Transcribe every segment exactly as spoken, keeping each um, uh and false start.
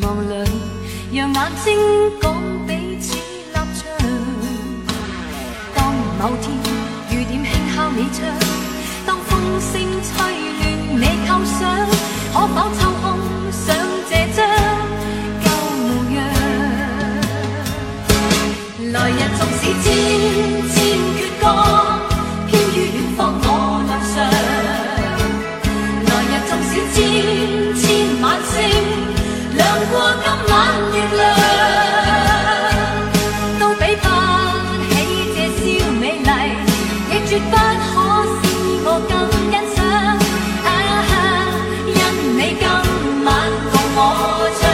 望里，让眼睛讲彼此立場。當某天雨點輕敲你窗，當風聲吹亂你構想，可否抽空想這張舊模樣？來日縱使千千闕歌，飄於遠方我路上。來日縱使千千晚星，亮過今晚月亮，都比不起這宵美麗，亦絕不可使我更欣賞。啊，因你今晚共我唱。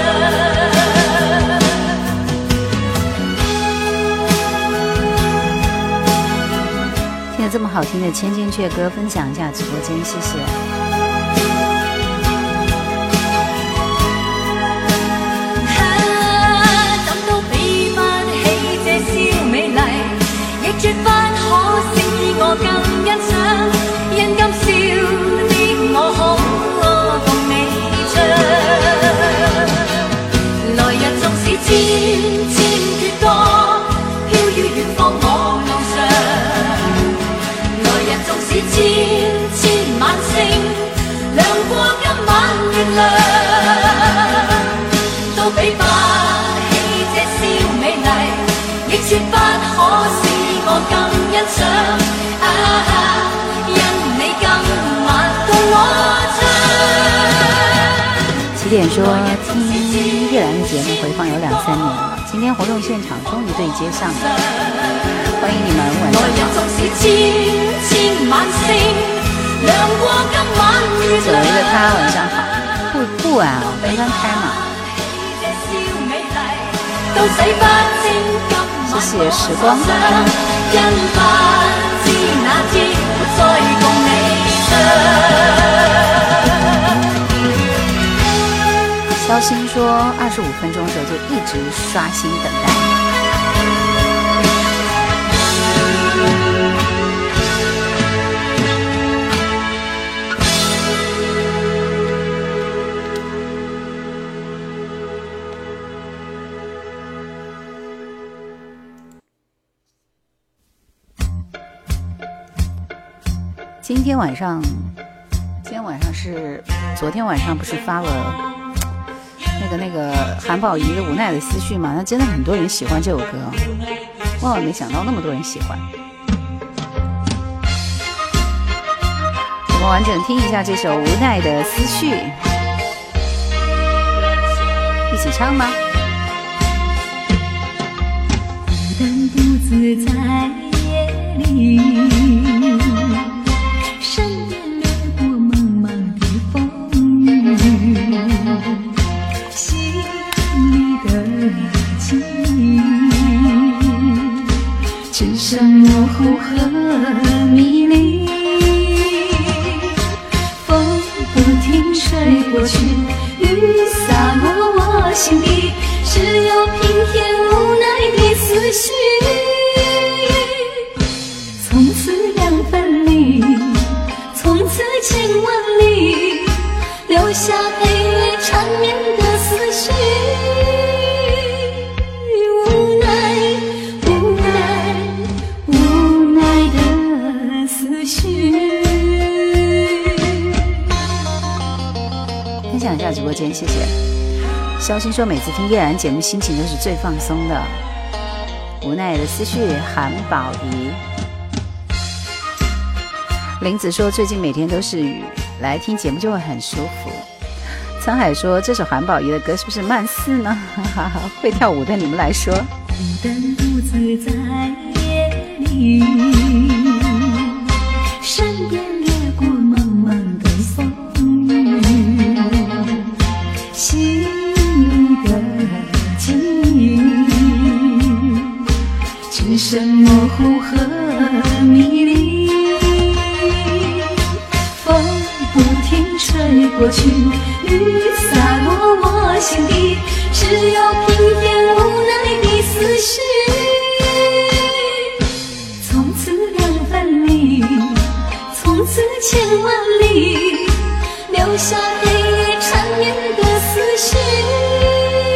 听了这么好听的《千千阙歌》，分享一下直播间，谢谢。絕不可使我更欣賞，因今宵的我可共你唱。來日縱使千千闕歌，飄於遠方我路上。來日縱使千千晚星，亮過今晚月亮，都比不起這宵美麗，亦絕不可使我更欣賞。啊，因你今晚共我唱。起點說聽月蘭的節目回放有兩三年了，今天活動現場終於對接上了，歡迎你們晚上好。走了一個他晚上好，不不晚哦，剛剛開嘛。謝謝時光。因不知那天會再共你唱。肖鑫說二十五分鐘的時候就一直刷新等待。今天晚上，今天晚上是昨天晚上不是发了那个那个韩宝仪的《无奈的思绪》嘛？那真的很多人喜欢这首歌，万万没想到那么多人喜欢。我们完整听一下这首《无奈的思绪》，一起唱吗？ 孤单独自在夜里。身边掠过茫茫的风雨，心里的记忆只剩模糊和迷离。风不停吹过去，雨洒落我心底，只有平添无奈的思绪。从此两分离，从此千万里，留下黑夜缠绵的思绪。无奈无奈无奈的思绪。 分享一下直播间，谢谢。肖鑫说每次听叶然节目心情都是最放松的。无奈的思绪，韩宝仪。林子说最近每天都是雨，来听节目就会很舒服。沧海说这首韩宝仪的歌是不是慢四呢？会跳舞的你们来说。 孤单独自在夜里，身边掠过茫茫的风雨，心里的记忆只剩模糊和迷离。吹过去，雨洒落我心底，只有平添无奈的思绪。从此两分离，从此千万里，留下黑夜缠绵的思绪。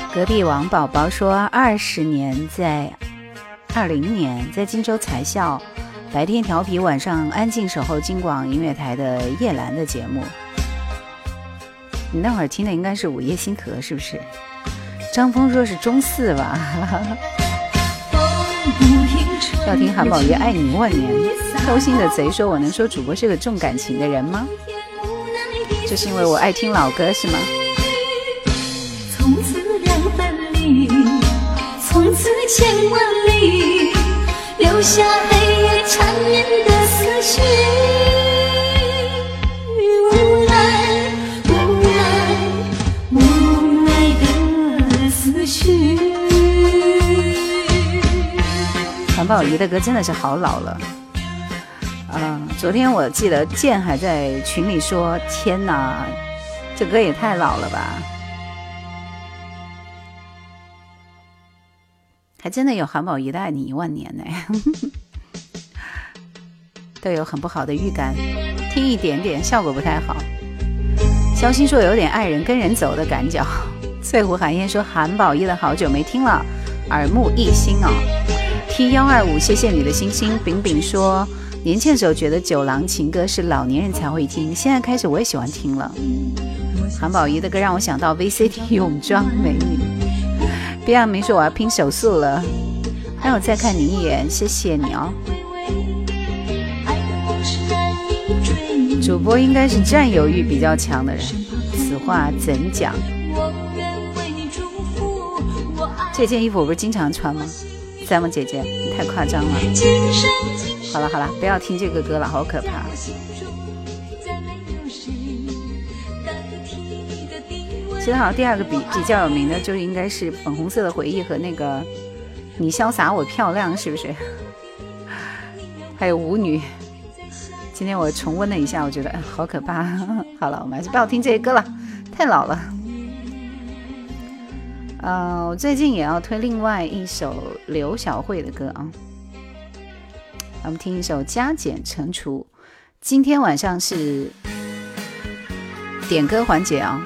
隔壁王宝宝说，二十年在二零年在荆州才校，白天调皮，晚上安静守候京广音乐台的叶兰的节目。你那会儿听的应该是午夜星河是不是？张峰说是中四吧。要听韩宝仪爱你万年。偷心的贼说，我能说主播是个重感情的人吗？就是因为我爱听老歌是吗？ 从此两分离，从此千万里，留下黑夜缠绵的思绪，无奈无奈无奈的思绪。 韩宝仪的歌真的是好老了。嗯，昨天我记得健还在群里说，天哪，这歌也太老了吧。还真的有韩宝仪的爱你一万年呢。都有很不好的预感，听一点点效果不太好。肖鑫说有点爱人跟人走的感觉。翠湖寒烟说韩宝仪的好久没听了，耳目一新哦。T 一二五谢谢你的星星。饼饼说年轻的时候觉得酒廊情歌是老年人才会听，现在开始我也喜欢听了。韩宝仪的歌让我想到 V C T 泳装美女。别让没说我要拼手速了，让我再看你一眼，谢谢你哦。主播应该是占有欲比较强的人，此话怎讲？这件衣服我不是经常穿吗？三木姐姐，你太夸张了。好了好了，不要听这个歌了，好可怕。其实好像第二个比比较有名的就应该是粉红色的回忆和那个你潇洒我漂亮，是不是？还有舞女。今天我重温了一下，我觉得、呃、好可怕。好了，我们还是不要听这些歌了，太老了。呃，我最近也要推另外一首刘晓慧的歌啊，我们听一首加减乘除。今天晚上是点歌环节啊，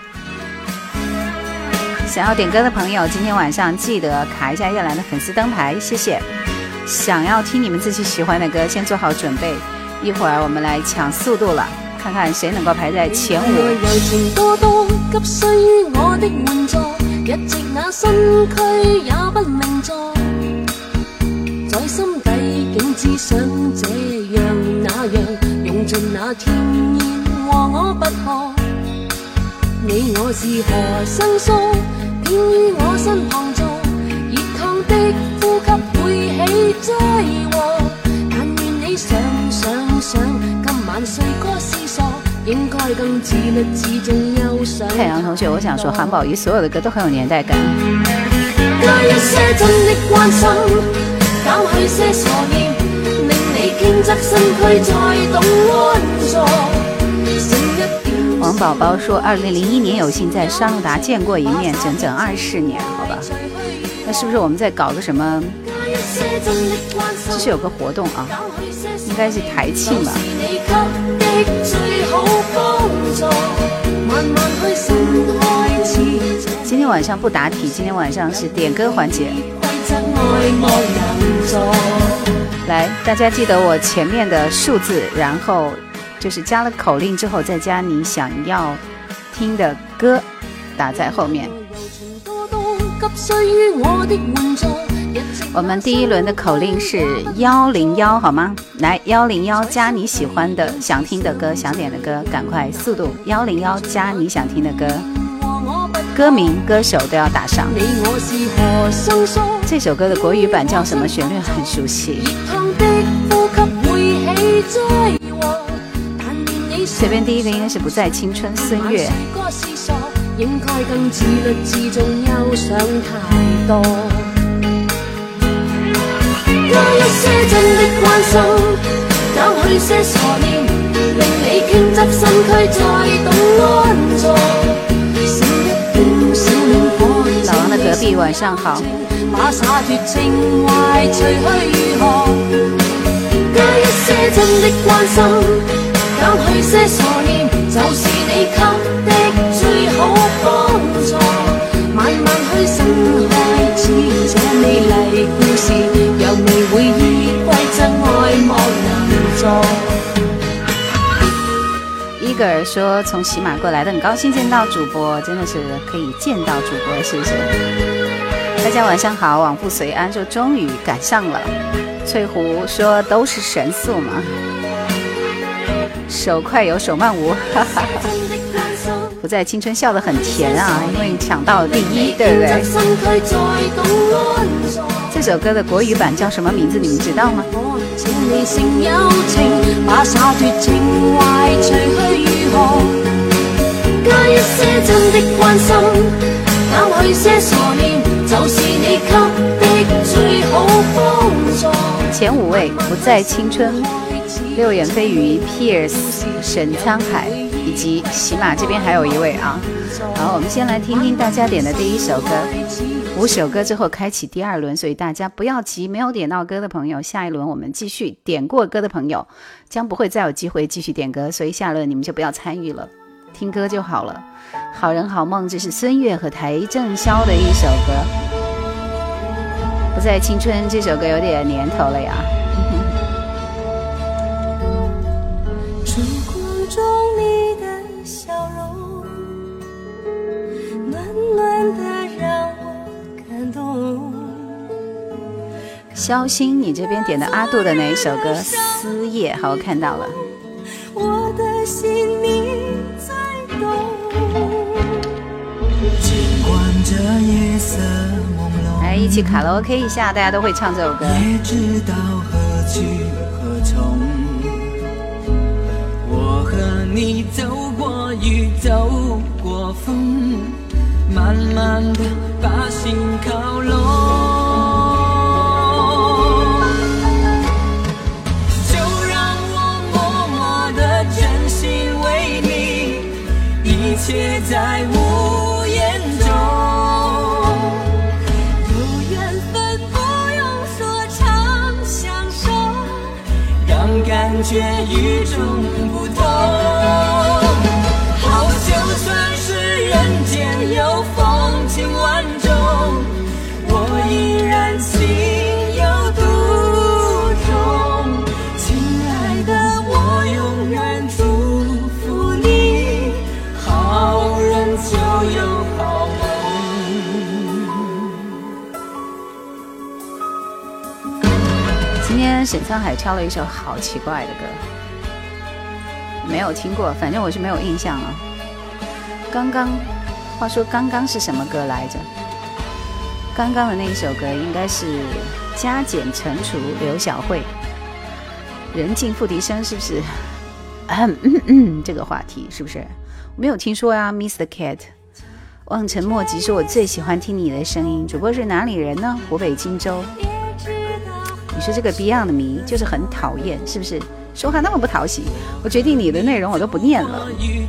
想要点歌的朋友，今天晚上记得卡一下叶兰的粉丝灯牌，谢谢。想要听你们自己喜欢的歌，先做好准备，一会儿我们来抢速度了，看看谁能够排在前五。 柔情多多，急需於我的援助，一直那身軀也不明助，在心底竟只想這樣那樣，用盡那甜言和我不可。你我是何生疏，偏於我身旁坐，熱燙的呼吸會起災禍。但願你想想想，今晚睡歌思索，應該更自律自重憂傷。 太陽同學，我想說韓寶儀所有的歌都很有年代感。 加一些真的關心，減去些傻念，令你傾側身軀再懂安坐。 王寶寶說二零零一年有幸在沙路達見過一面，整整二十年，好吧，那是不是我們在搞個什麼，這是有個活動啊，應該是台慶吧。今天晚上不答題，今天晚上是點歌環節。來，大家記得我前面的數字，然後就是加了口令之後再加你想要聽的歌打在後面。我們第一輪的口令是一零一好嗎？來一零一加你喜歡的想聽的歌想點的歌，趕快速度一零一加你想聽的歌，歌名歌手都要打上。這首歌的國語版叫什麼？旋律很熟悉。這邊第一個應該是不再青春歲月。應該更自律自重，憂想太多。加一些真的關心，減去些傻念，令你傾側身軀再懂安坐。少一點小戀火。老王的隔壁晚上好。把灑脫情懷除去如何？加一些真的關心，減去些傻念，就是你給的最好幫助。慢慢去 Tiger 说从喜马过来的，很高兴见到主播，真的是可以见到主播，是不是？大家晚上好，往复随安说终于赶上了。翠湖说都是神速嘛，手快有手慢无，哈哈。不在青春笑得很甜啊，因为你抢到了第一，对不对？这首歌的国语版叫什么名字？你们知道吗？前五位不在青春，六眼飞鱼 Pierce 沈沧海，以及喜马这边还有一位啊。好，我们先来听听大家点的第一首歌，五首歌之后开启第二轮，所以大家不要急，没有点到歌的朋友，下一轮我们继续，点过歌的朋友将不会再有机会继续点歌，所以下轮你们就不要参与了，听歌就好了。好人好梦，这是孙悦和邰正宵的一首歌。不在青春这首歌有点年头了呀。 烛光中你的笑容，暖暖的让我感动。 肖星，你这边点的阿杜的那一首歌《思夜》，好，我看到了。 我的心你最懂。 尽管这夜色朦胧， 来一起卡拉 OK 一下，大家都会唱这首歌。 也知道何去何从。我和你走过雨，走过风，慢慢的把心靠拢。就让我默默的真心为你，一切在无言中。有缘分不用说长相守，让感觉与众不同。好，就算是人间有风情万种，我依然情有独钟。亲爱的，我永远祝福你，好人就有好梦。 今天沈沧海挑了一首好奇怪的歌，没有听过，反正我是没有印象了。刚刚，话说刚刚是什么歌来着？刚刚的那一首歌应该是加减乘除刘晓慧，人尽付笛声，是不是？嗯嗯嗯，这个话题是不是？我没有听说呀 ，Miss the Cat。望尘莫及说我最喜欢听你的声音，主播是哪里人呢？湖北荆州。你说这个 Beyond 的迷就是很讨厌，是不是？说话那么不讨喜，我决定你的内容我都不念了。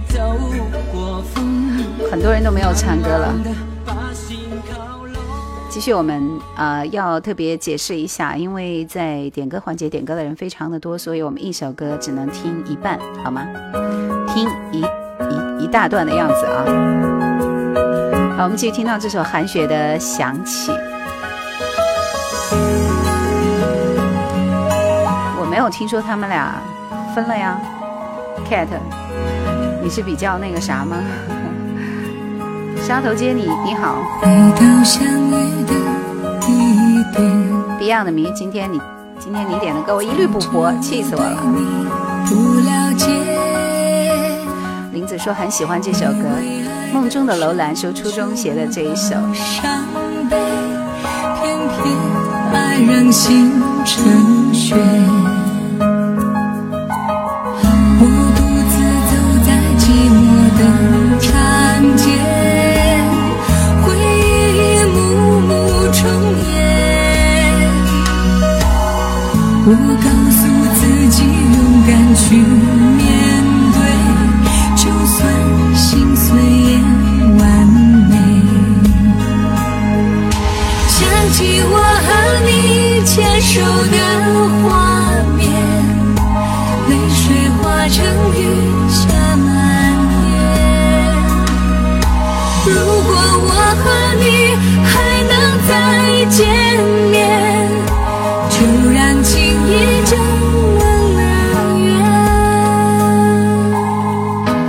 很多人都没有唱歌了。继续，我们呃要特别解释一下，因为在点歌环节点歌的人非常的多，所以我们一首歌只能听一半，好吗？听一一一大段的样子啊。好，我们继续听到这首韩雪的《想起》。没有听说他们俩分了呀 Cat 你是比较那个啥吗？沙头街你你好。 Beyond 的迷，今天你今天你点的歌我一律不播，气死我了。林子说很喜欢这首歌，梦中的楼兰说初中写的这一首。偏偏爱让心成雪，我独自走在寂寞的长街，回忆一幕幕重演。我告诉自己勇敢去面对，就算心碎也完美。想起我和你牵手的画面，泪水化成雨下满天。如果我和你还能再见面，就让情意证完了缘。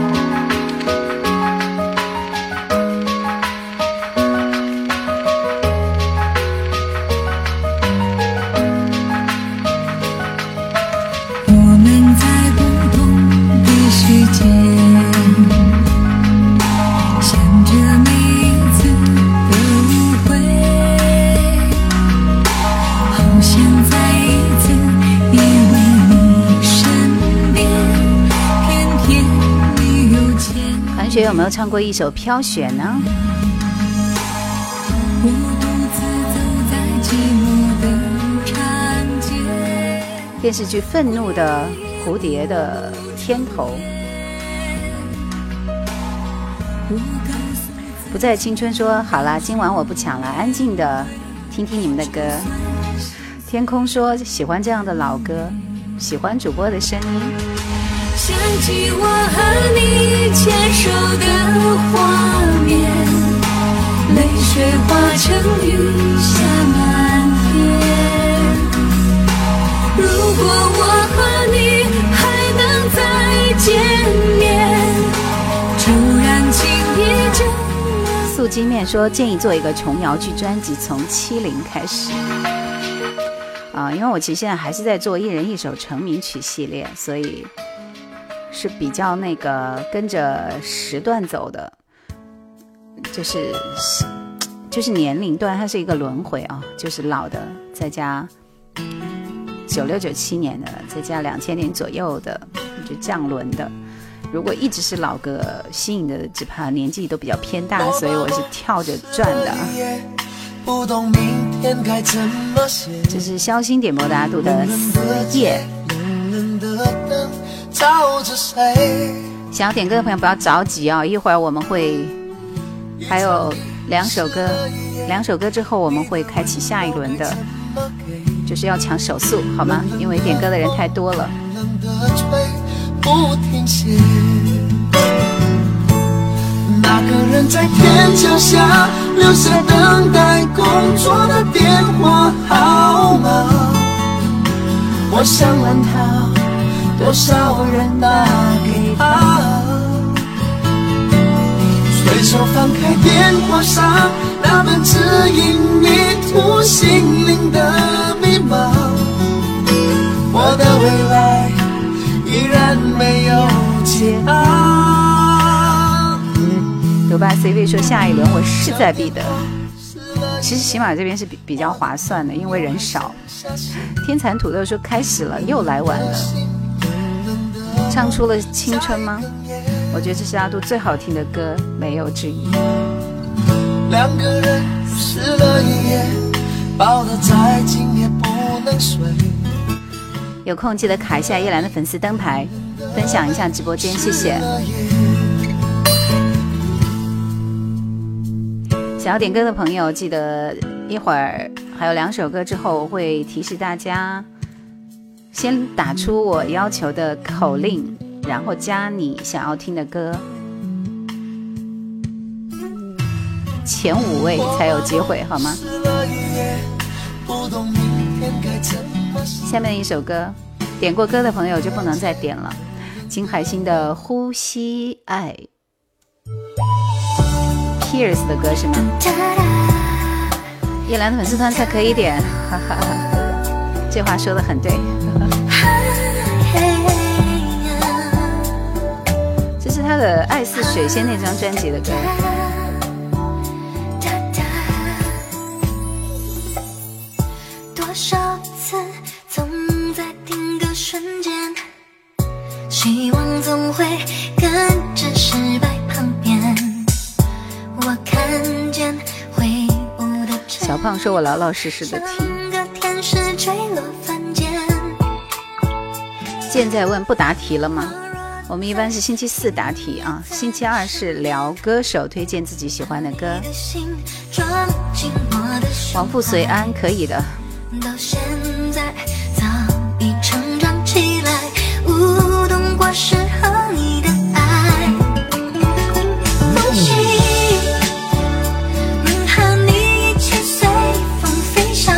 学有没有唱过一首《飘雪》呢？ 我独自走在寂寞的长街， 电视剧《愤怒的蝴蝶》的片头。不在青春说好啦，今晚我不抢了，安静的听听你们的歌。天空说喜欢这样的老歌，喜欢主播的声音。 想起我和你牵手的画面，泪水化成雨下满天。如果我和你还能再见面，就让情意这素鸡面说建议做一个琼瑶剧专辑，从七零开始啊、呃，因为我其实现在还是在做一人一首成名曲系列，所以是比较那个跟着时段走的，就是就是年龄段它是一个轮回啊，就是老的再加九六九七年的，再加两千年左右的，就降轮的。如果一直是老歌吸引的，只怕年纪都比较偏大，所以我是跳着转的。 不懂明天该怎么写， 这是肖星点播的阿杜的思夜。想要点歌的朋友不要着急啊、哦，一会儿我们会还有两首歌，两首歌之后我们会开启下一轮的，就是要抢手速好吗？因为点歌的人太多了。 不停歇，那个人在天桥下留下等待工作的电话号码，我想问他多少人打给他，随手翻开电话上那本指引迷途心灵的密码，我的未来依然没有解答。 多巴 C V 说下一轮我势在必得。其实喜马这边是比比较划算的，因为人少。天蚕土豆说开始了，又来晚了。唱出了青春吗？我觉得这是阿杜最好听的歌，没有之一。 两个人湿了一夜，抱得再紧也不能睡。 有空记得卡一下叶兰的粉丝灯牌，分享一下直播间，谢谢。想要点歌的朋友，记得一会儿还有两首歌之后，我会提示大家先打出我要求的口令，然后加你想要听的歌，前五位才有机会，好吗？下面一首歌，点过歌的朋友就不能再点了。金海心的《呼吸爱》 Pierce 的歌是吗？叶兰的粉丝团才可以点，哈哈哈，这话说得很对。这是他的《爱似水仙》那张专辑的歌。 多少次总在定格瞬间，希望总会跟着失败旁边，我看见挥舞的小胖说我老老实实的听。 天使坠落凡间。 现在问不答题了吗？我们一般是星期四答题啊，星期二是聊歌手推荐自己喜欢的歌。王父随安可以的。 到现在早已成长起来，无动过适合你的爱。呼吸，和你一起随风飞翔，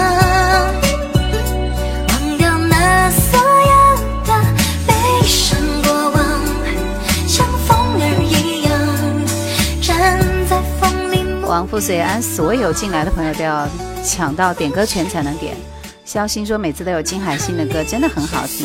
忘掉那所有的悲伤过往，像风儿一样站在风里。 王父随安，所有进来的朋友都要抢到点歌权才能点。肖星说每次都有金海心的歌，真的很好听。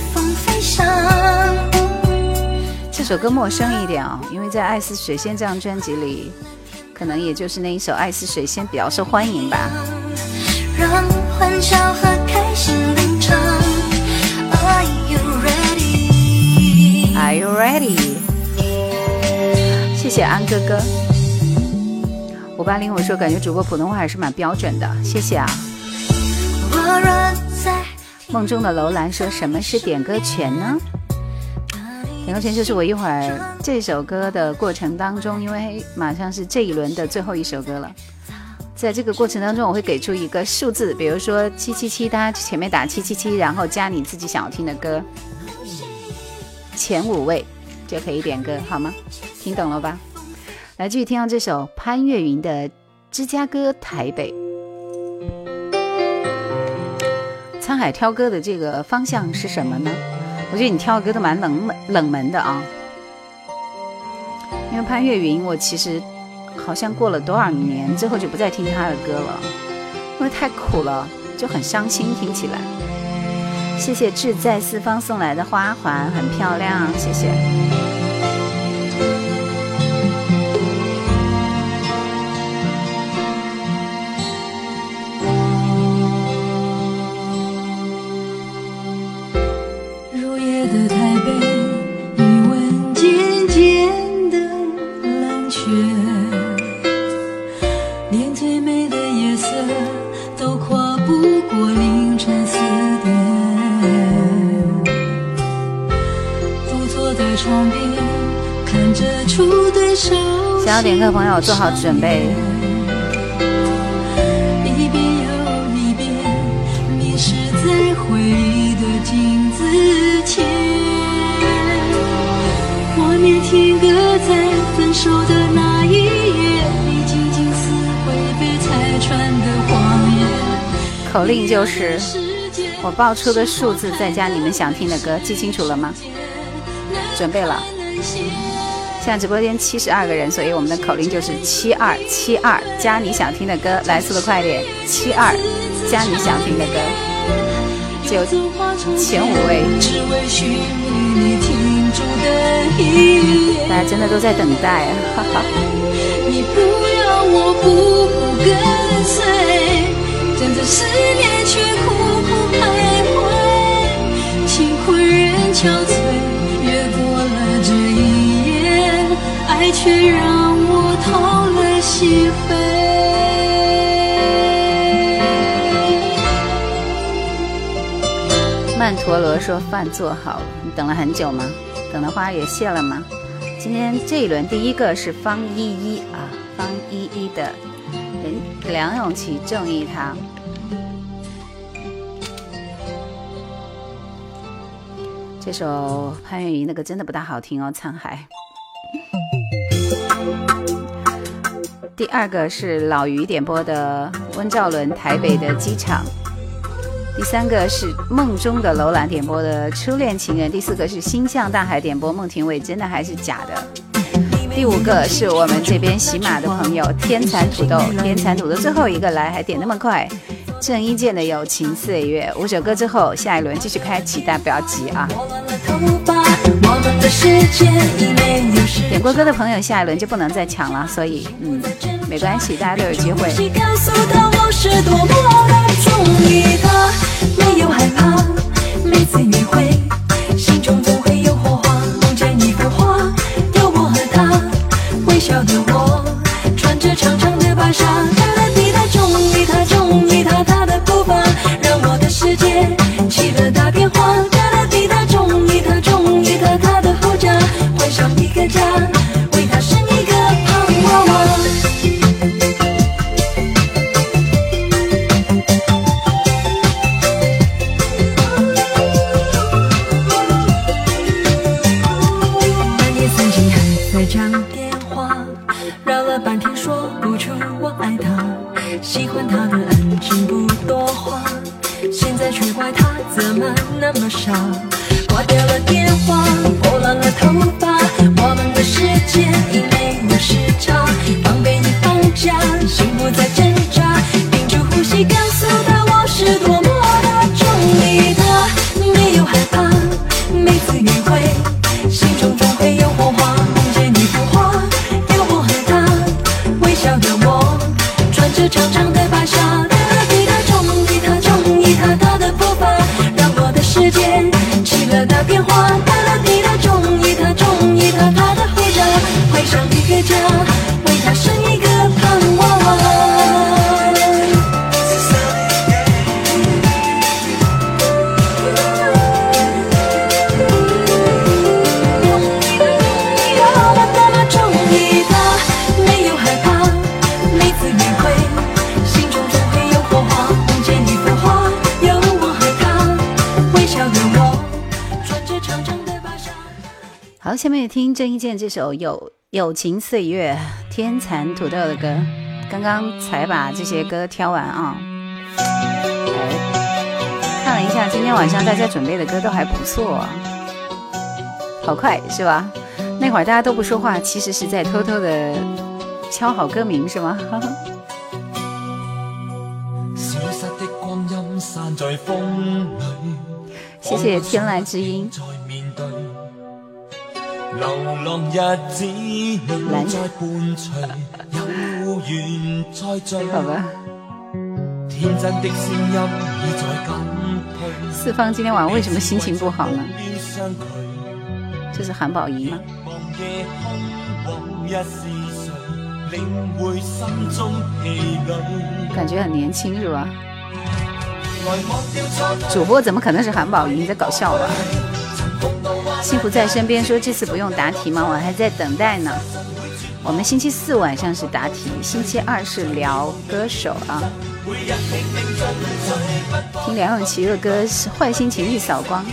这首歌陌生一点哦，因为在《爱似水仙》这张专辑里，可能也就是那一首《爱似水仙》比较受欢迎吧。 让欢笑和开心登场。Are you ready? Are you ready? 谢谢谢安哥哥。五八零我说感觉主播普通话还是蛮标准的，谢谢啊。梦中的楼兰说什么是点歌权呢？点歌权就是我一会儿这首歌的过程当中，因为马上是这一轮的最后一首歌了，在这个过程当中我会给出一个数字，比如说七七七，大家前面打七七七，然后加你自己想要听的歌，前五位就可以点歌，好吗？听懂了吧？来继续听到这首潘越云的《芝加哥台北》。沧海挑歌的这个方向是什么呢？我觉得你挑的歌都蛮冷门冷门的啊，因为潘越云我其实好像过了多少年之后就不再听他的歌了，因为太苦了，就很伤心听起来。谢谢志在四方送来的花环，很漂亮，谢谢。 的台北，余温渐渐的冷却，连最美的夜色都跨不过凌晨四点。独坐在窗边，看着出对手。 想要点歌朋友做好准备。 一遍又一遍，迷失在回忆的镜子前。画面停格在分手的那一夜，你静静撕毁被拆穿的谎言。 口令就是我报出的数字再加你们想听的歌，记清楚了吗？准备了。现在直播间七十二个人，所以我们的口令就是七二七二加你想听的歌，来速度快点，七二加你想听的歌，只有前五位。大家真的都在等待啊！哈哈。 你不要我步步跟随，站在思念却苦苦徘徊，情困人憔悴，越过了这一夜，爱却让我掏了心扉。 曼陀罗说饭做好了，你等了很久吗？等的花也谢了吗？今天这一轮第一个是方依依啊，方依依的梁咏琪正义他。这首潘越云那个真的不大好听哦，沧海。第二个是老于点播的温兆伦台北的机场。第三个是梦中的楼兰点播的初恋情人，第四个是心向大海点播孟庭苇真的还是假的，第五个是我们这边喜马的朋友天蚕土豆，天蚕土豆最后一个来还点那么快，郑伊健的友情岁月。五首歌之后下一轮继续开启，大家不要急啊。点过歌的朋友下一轮就不能再抢了，所以嗯没关系，大家都有机会。 没有害怕，每次约会心中总会有火花，梦见一幅画，有我和他，微笑的我穿着长长的白纱，哒啦滴答中意他中意他，他的步伐让我的世界起了大变化，哒啦滴答中意他中意他，他的后家换上一个家，为他生一个胖娃娃。讲电话绕了半天说不出我爱他，喜欢他的安静不多话，现在却怪他怎么那么傻，挂掉了电话拨乱了头发，我们的时间已没有时差，防备你放假心不再挣扎，屏住呼吸告诉他我是多么的中意他，没有害怕每次约会心中总会有火花，长长的白纱，哒啦滴答中意他中意他，他的步伐让我的世界起了大变化，哒啦滴答中意他中意他，他的后家换上一个接着为他生一个盼望。 好，下面听郑伊健这首有友情岁月，天蚕土豆的歌。刚刚才把这些歌挑完啊，哎，看了一下今天晚上大家准备的歌都还不错啊，好快是吧？那会儿大家都不说话，其实是在偷偷的敲好歌名是吗？谢谢天籁之音。 流浪日子没再伴随，有缘再聚。 好吧。 天真的声音已在减退。 四方今天晚上为什么心情不好呢？这是韩宝仪吗？感觉很年轻是吧？主播怎么可能是韩宝仪？你在搞笑吧？幸福在身边说这次不用答题吗？我还在等待呢。我们星期四晚上是答题，星期二是聊歌手啊。听梁咏琪的歌是坏心情一扫光。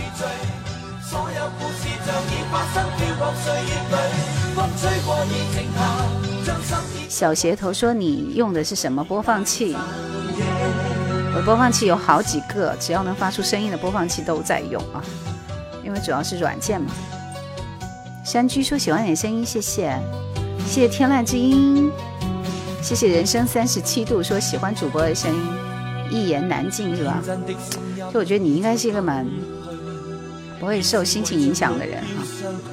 小鞋头说你用的是什么播放器？我的播放器有好几个，只要能发出声音的播放器都在用啊。因为主要是软件嘛。山居说喜欢你的声音，谢谢，谢谢天籁之音，谢谢人生三十七度说喜欢主播的声音，一言难尽是吧？就我觉得你应该是一个蛮不会受心情影响的人哈。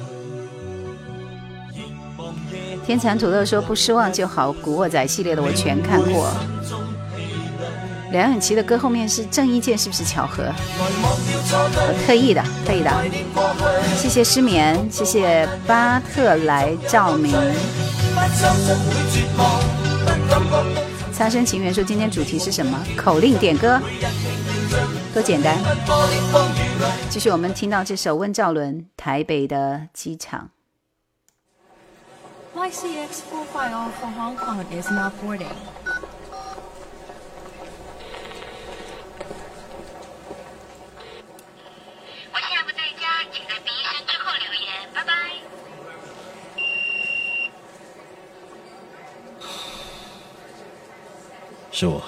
天蚕土豆说不失望就好，古惑仔系列的我全看过。梁咏琪的歌后面是郑伊健，是不是巧合？我特意的，特意的。谢谢失眠，谢谢巴特来照明。擦身情缘说今天主题是什么？口令点歌，多简单。继续我们听到这首温兆伦《台北的机场》。 Y C X four five zero for Hong Kong is now boarding. 是我，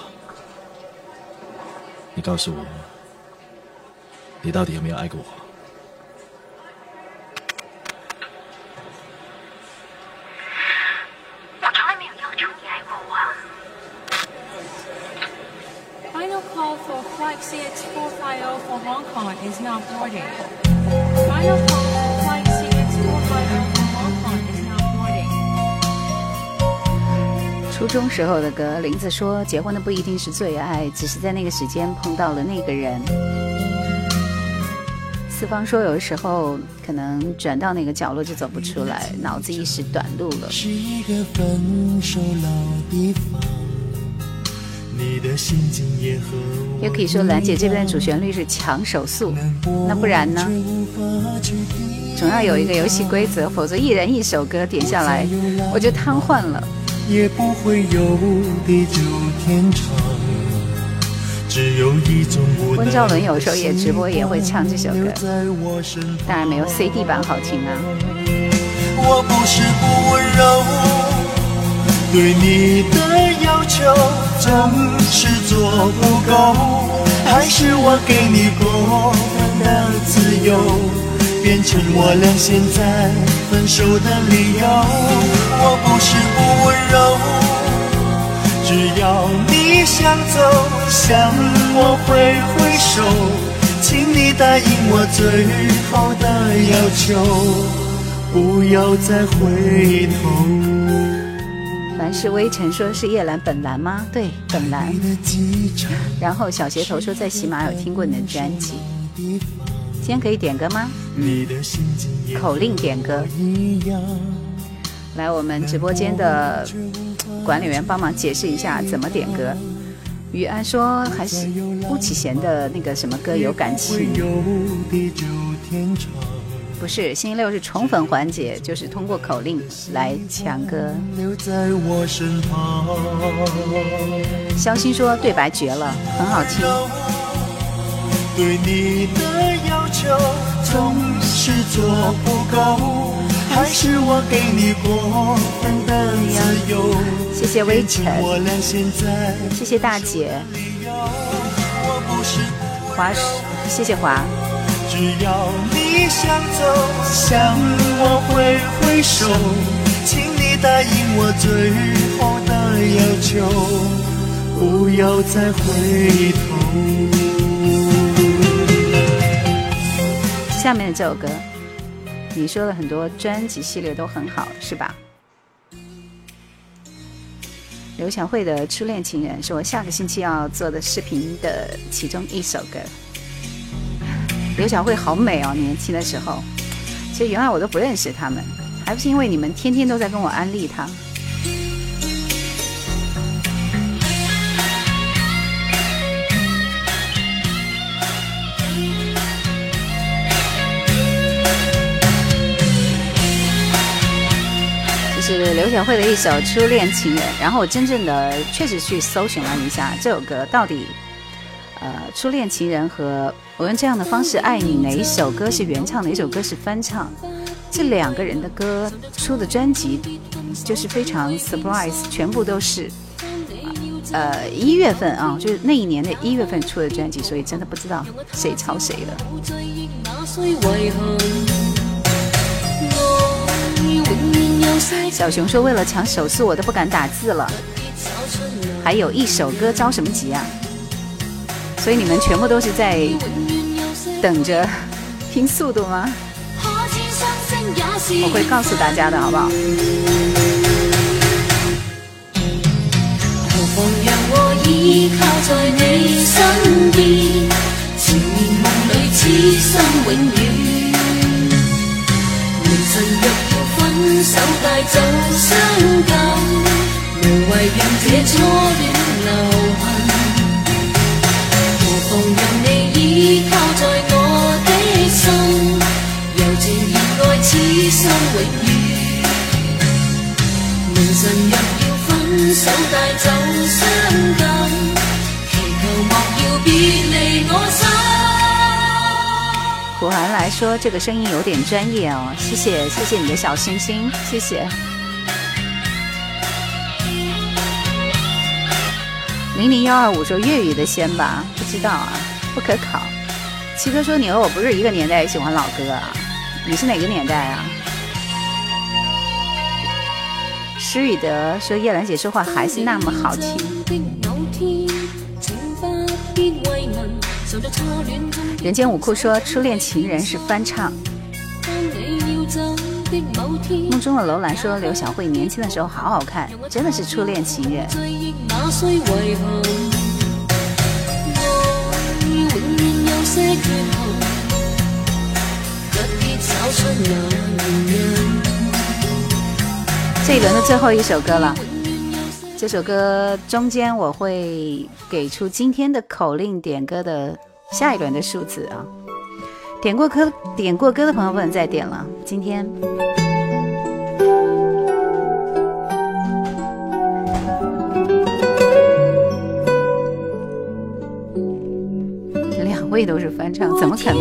你告诉我，你到底有没有爱过我？ 我从来没有要求你爱过我。Final call for flight C X four five zero for Hong Kong is now boarding. Final call for flight C X four five zero for Hong Kong is now boarding. 初中时候的歌，林子说结婚的不一定是最爱，只是在那个时间碰到了那个人。四方说有的时候可能转到那个角落就走不出来，脑子一时短路了。 是一个分手老地方，你的心境也和我也可以说兰姐这边的主旋律是抢手速，那不然呢？总要有一个游戏规则，否则一人一首歌点下来我就瘫痪了。 也不会有地久天长，只有一种无奈。 温兆伦有时候也直播也会唱这首歌，当然没有 C D 版好听啊。 我不是不温柔，对你的要求总是做不够，还是我给你过分的自由，变成我俩现在分手的理由。我不是不温柔，只要你想走向我挥挥手，请你答应我最后的要求，不要再回头。 凡是微尘说是叶兰本兰吗？对，本兰。然后小鞋头说在喜马有听过你的专辑。今天可以点歌吗？嗯，口令点歌。 来我们直播间的管理员帮忙解释一下怎么点歌。于安说还是巫启贤的那个什么歌有感情，不是星期六是宠粉环节，就是通过口令来抢歌。肖鑫说对白绝了，很好听。 对你的要求总是做不够，还是我给你过分的自由。 谢谢微尘， 我俩现在谢谢大姐华，谢谢华。 只要你想走，向我挥挥手，请你答应我最后的要求，不要再回头。 下面的这首歌你说了很多专辑系列都很好是吧？刘晓慧的初恋情人是我下个星期要做的视频的其中一首歌。刘晓慧好美哦，年轻的时候，其实原来我都不认识他们，还不是因为你们天天都在跟我安利他。是刘晓慧的一首《初恋情人》，然后我真正的确实去搜寻了一下这首歌到底，呃，《初恋情人》和我用这样的方式爱你哪一首歌是原唱，哪一首歌是翻唱？这两个人的歌出的专辑就是非常 surprise， 全部都是呃一月份啊，就是那一年的一月份出的专辑，所以真的不知道谁抄谁的。小熊说为了抢手速我都不敢打字了，还有一首歌着什么急啊？所以你们全部都是在等着拼速度吗？我会告诉大家的好不好？ 何妨让我依靠在你身邊，纏綿夢裏此生永遠。明晨若要分手帶走傷感，無謂讓這初戀留痕。何妨讓你依靠在我的心，柔情熱愛此生永遠。明晨若要分手帶走傷感，祈求莫要別離我心。 苦寒来說這個聲音有點專業哦，謝謝謝謝你的小星星，謝謝。零零幺二五說粵語的先吧，不知道啊，不可考。七哥說你和我不是一個年代，也喜歡老歌啊，你是哪個年代啊？施雨德說葉蘭姐說話還是那麼好聽。人間武庫說初戀情人是翻唱。夢中的樓蘭說劉曉慧年輕的時候好好看，真的是初戀情人。這一輪的最後一首歌了，這首歌中間我會給出今天的口令點歌的下一輪的數字啊，點過歌點過歌的朋友不能再點了。今天兩位都是翻唱，怎麼可能？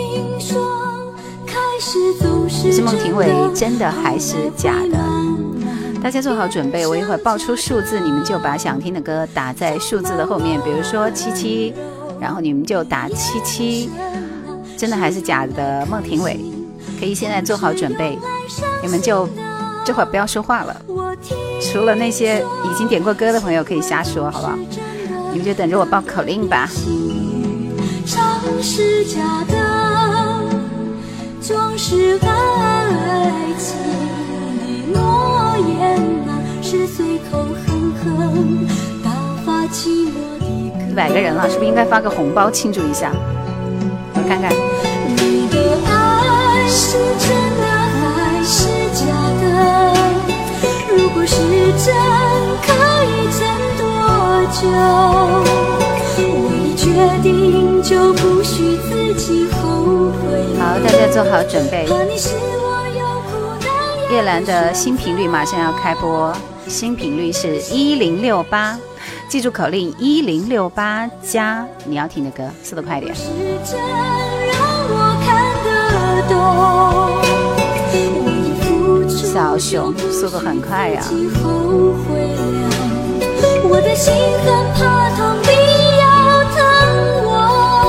是孟庭苇真的還是假的？大家做好準備，我一會兒報出數字，你們就把想聽的歌打在數字的後面，比如說七七，然後你們就打七七，真的還是假的？孟庭苇可以現在做好準備，你們就這會兒不要說話了，除了那些已經點過歌的朋友可以瞎說，好不好？你們就等着我報口令吧。 唱是假的，裝飾愛情的諾言啊，是隨口哼哼打發寂寞的歌。 一百個人了，是不是應該發個紅包慶祝一下？我看看。 你的愛是真的還是假的？ 果是真，可以撑多久？我已决定，就不许自己后悔。 好，大家做好准备。 怕你是我有苦难言。 叶兰的新频率马上要开播，新频率是一零六八，记住口令一零六八加你要听的歌，速度快点。 是真让我看得懂，我已付出， 小熊速度很快呀、啊。 后悔了，我的心很怕痛，你要疼我。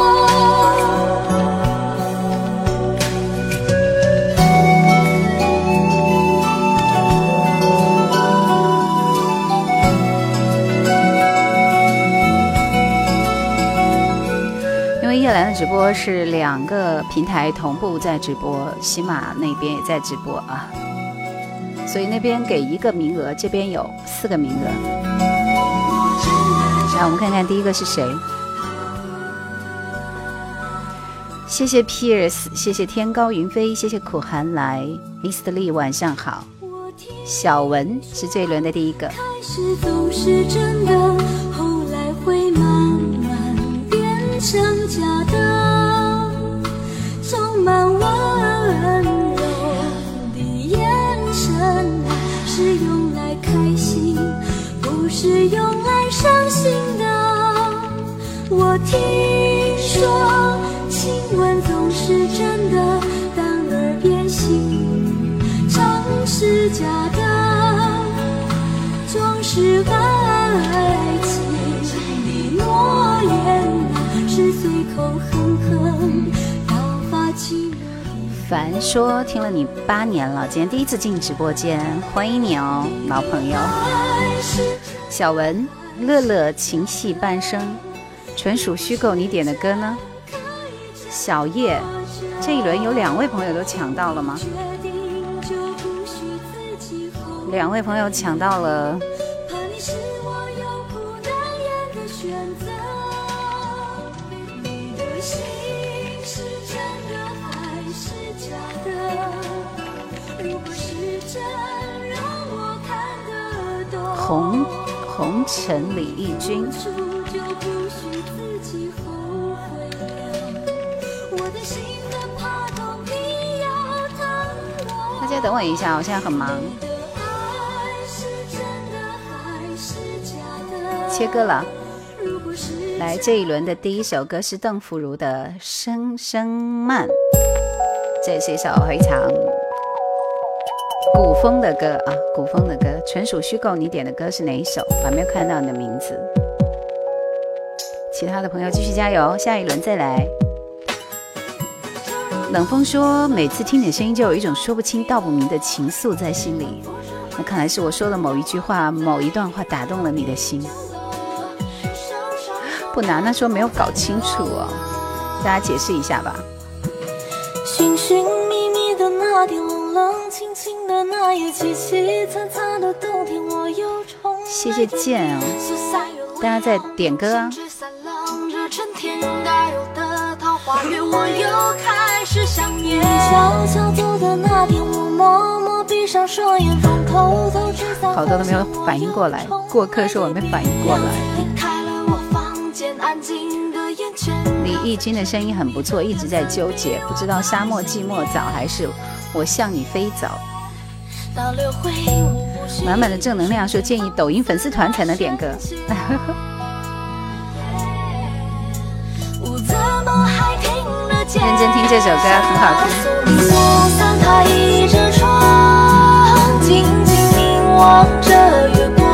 叶兰的直播是两个平台同步在直播，喜马那边也在直播啊，所以那边给一个名额，这边有四个名额。来，我们看看第一个是谁。谢谢 Pierce， 谢谢天高云飞，谢谢苦寒来 ，Mister Lee 晚上好。小文是这一轮的第一个。 开始总是真的，后来会慢慢变成假的，充满温柔的眼神是用来开心，不是用来伤心的。我听说亲吻总是真的，但耳边心常是假的，装饰爱情的诺言是随口哼哼，到发起。 凡说听了你八年了，今天第一次进直播间，欢迎你哦，老朋友。小文，乐乐情系半生，纯属虚构，你点的歌呢？小叶，这一轮有两位朋友都抢到了吗？两位朋友抢到了。红红尘李翊君，大家等我一下，我现在很忙。切歌了，来，这一轮的第一首歌是邓福如的《声声慢》，这是一首非常古风的歌啊，古风的歌，纯属虚构。你点的歌是哪一首？我还没有看到你的名字。其他的朋友继续加油，下一轮再来。冷风说，每次听你的声音就有一种说不清道不明的情愫在心里。那看来是我说了某一句话，某一段话打动了你的心。不难，那说没有搞清楚哦，大家解释一下吧。 寻寻觅觅的那天，冷冷清清的那夜，凄凄惨惨的冬天，我又重来。 谢谢剑哦，大家在点歌啊。好多都没有反应过来，过客说我没反应过来。李翊君的声音很不错，一直在纠结，不知道沙漠寂寞早还是我向你飞早。满满的正能量说建议抖音粉丝团才能点歌。认真听这首歌很好听。 散开一扇窗，静静凝望着月光，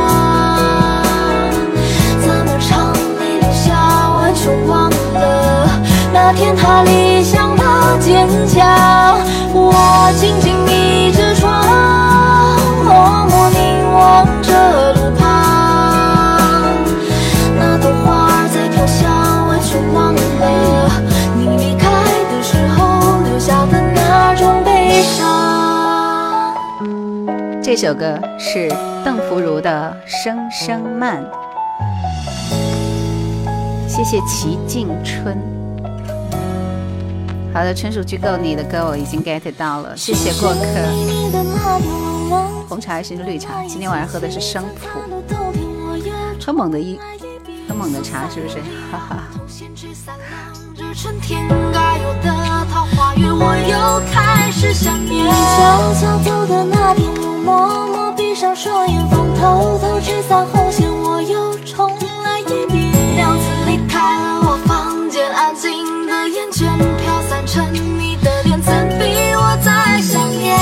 怎么唱没留下完全忘了那天他理想的坚强。我静静倚着窗，默默凝望着路旁，那朵花在飘香，完全忘了你离开的时候留下的那种悲伤。 这首歌是邓福如的《声声慢》，谢谢齐静春。好的，纯属虚构，你的歌我已经 get 到了，谢谢过客。 红茶还是绿茶？今天晚上喝的是生普，很猛的一很猛的茶，是不是？哈哈。 春天该有的桃花源，我又开始想念。悄悄走的那片路，默默闭上双眼，风偷偷吹散红线，我又重来一遍。两次离开了我房间，安静的厌倦飘散成你的脸，曾比我再想念。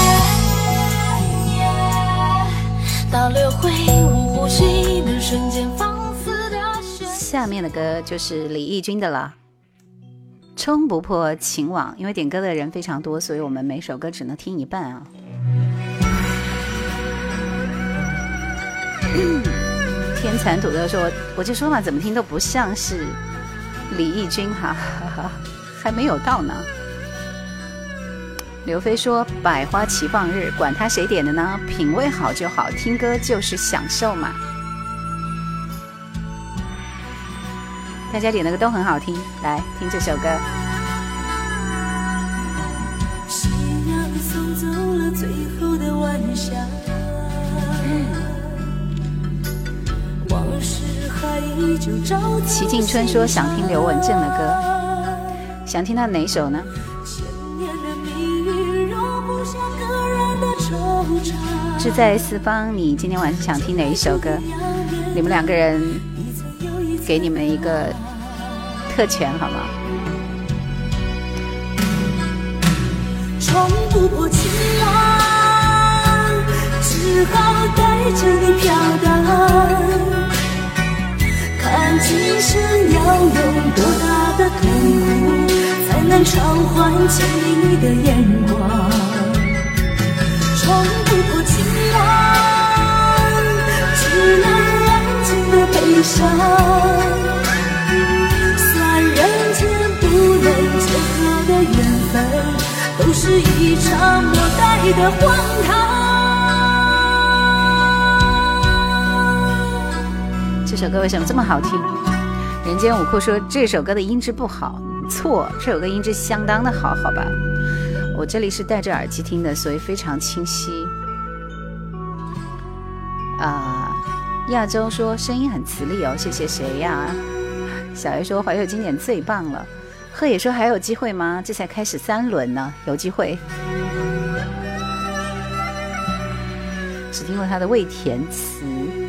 到掠回我呼吸的瞬间，放肆的旋律。 下面的歌就是李翊君的了。冲不破情网，因为点歌的人非常多，所以我们每首歌只能听一半啊。嗯、天蚕土豆说，我我就说嘛，怎么听都不像是李翊君哈，哈哈，还没有到呢。刘飞说，百花齐放日，管他谁点的呢？品味好就好，听歌就是享受嘛。大家点的歌都很好听，来听这首歌。 夕阳送走了最后的晚霞，往事还依旧照。 齐静春说想听刘文正的歌，想听他哪首呢？志在四方，你今天晚上想听哪一首歌？你们两个人给你们一个特权好吗？ 冲不破情网，只好带着你飘荡，看今生要用多大的痛苦才能偿还起你的眼光。冲不破情网，只能安静的悲伤，算人间不能结合的缘分，都是一场莫待的荒唐。 这首歌为什么这么好听？人间五库说这首歌的音质不好，错，这首歌音质相当的好，好吧？我这里是戴着耳机听的，所以非常清晰。啊、呃，亚洲说声音很磁力哦，谢谢谁呀？小叶说怀旧经典最棒了。贺野说还有机会吗？这才开始三轮呢，有机会。只听过他的未填词。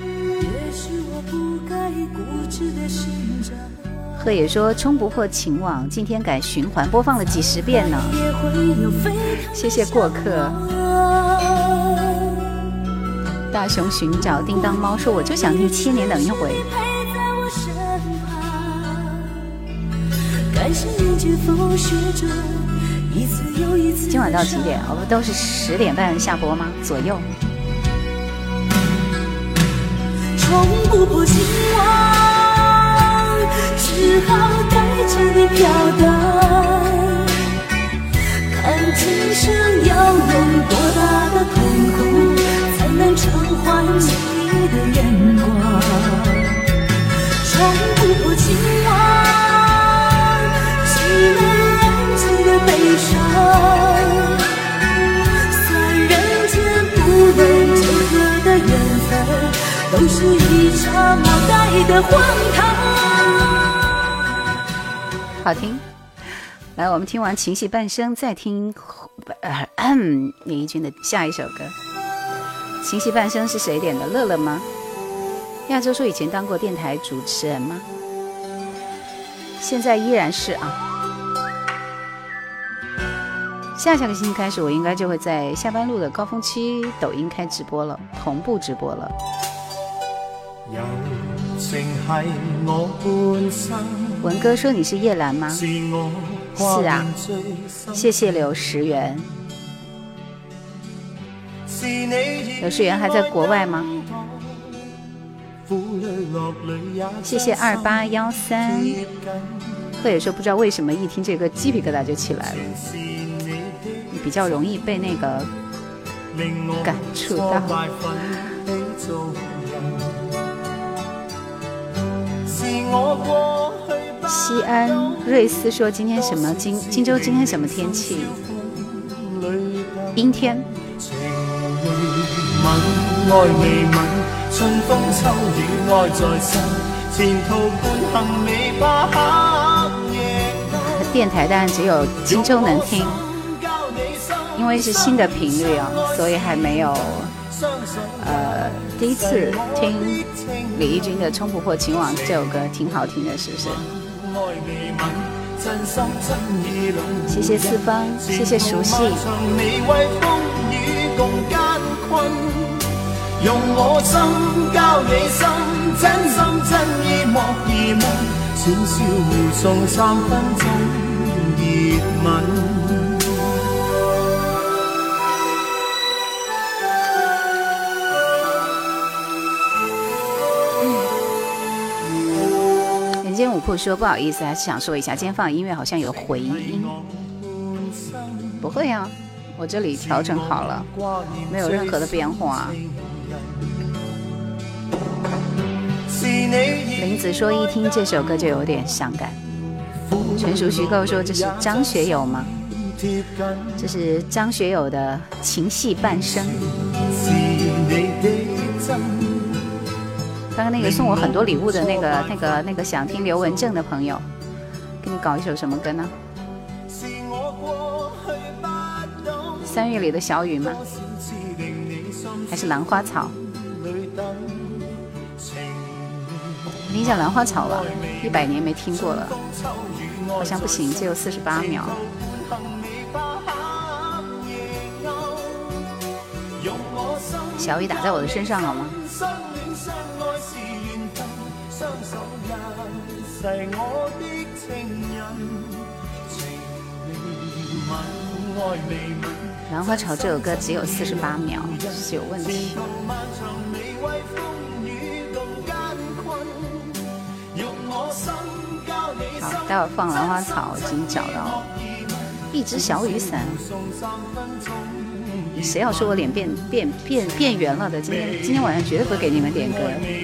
贺野说冲不破情网，今天改循环播放了几十遍呢。谢谢过客。大熊寻找叮当猫说我就想听千年等一回。今晚到几点？我们都是十点半下播吗？左右。 冲不破情网，只好带着你飘荡，看今生要用多大的痛苦才能偿还起你的眼光。冲不破情网，只能安静的悲伤，算人间不能结合的缘分，都是一场莫待的荒唐。 好听。来，我们听完情系半生，再听呃李翊君的下一首歌。情系半生是谁点的？乐乐吗？亚洲说以前当过电台主持人吗？现在依然是啊。下下个星期开始，我应该就会在下班路的高峰期抖音开直播了，同步直播了。文哥说你是叶兰吗？是啊，谢谢柳石元。柳石元还在国外吗？谢谢二八幺三。贺野说不知道为什么一听这个鸡皮疙瘩就起来了，比较容易被那个感触到。西安瑞斯说今天什么荆荆州今天什么天气？阴天。 吻，愛未吻，春風秋雨愛在身，前途伴行未怕黑夜。 電台當然只有荊州能聽，因為是新的頻率啊，所以還沒有呃第一次聽李翊君的《衝不破情網》這首歌，挺好聽的，是不是？謝謝四方，謝謝熟悉。用我心交你心，真心真意莫疑問，淺笑互送三分鐘熱吻。人间舞铺说不好意思，还是想说一下，今天放的音乐好像有回音。不会啊，我这里调整好了，没有任何的变化。林子说一听这首歌就有点伤感。纯属虚构说这是张学友吗？这是张学友的情系半生。刚刚那个送我很多礼物的那个那个那个想听刘文正的朋友，给你搞一首什么歌呢？三月里的小雨吗？还是兰花草？听一下兰花草吧，一百年没听过了，好像不行，只有四十八秒。小雨打在我的身上好吗？兰花草这首歌只有四十八秒，是有问题。好，待会儿放兰花草，已经找到一只小雨伞。谁要说我脸变变变变圆了的？今天今天晚上绝对不会给你们点歌。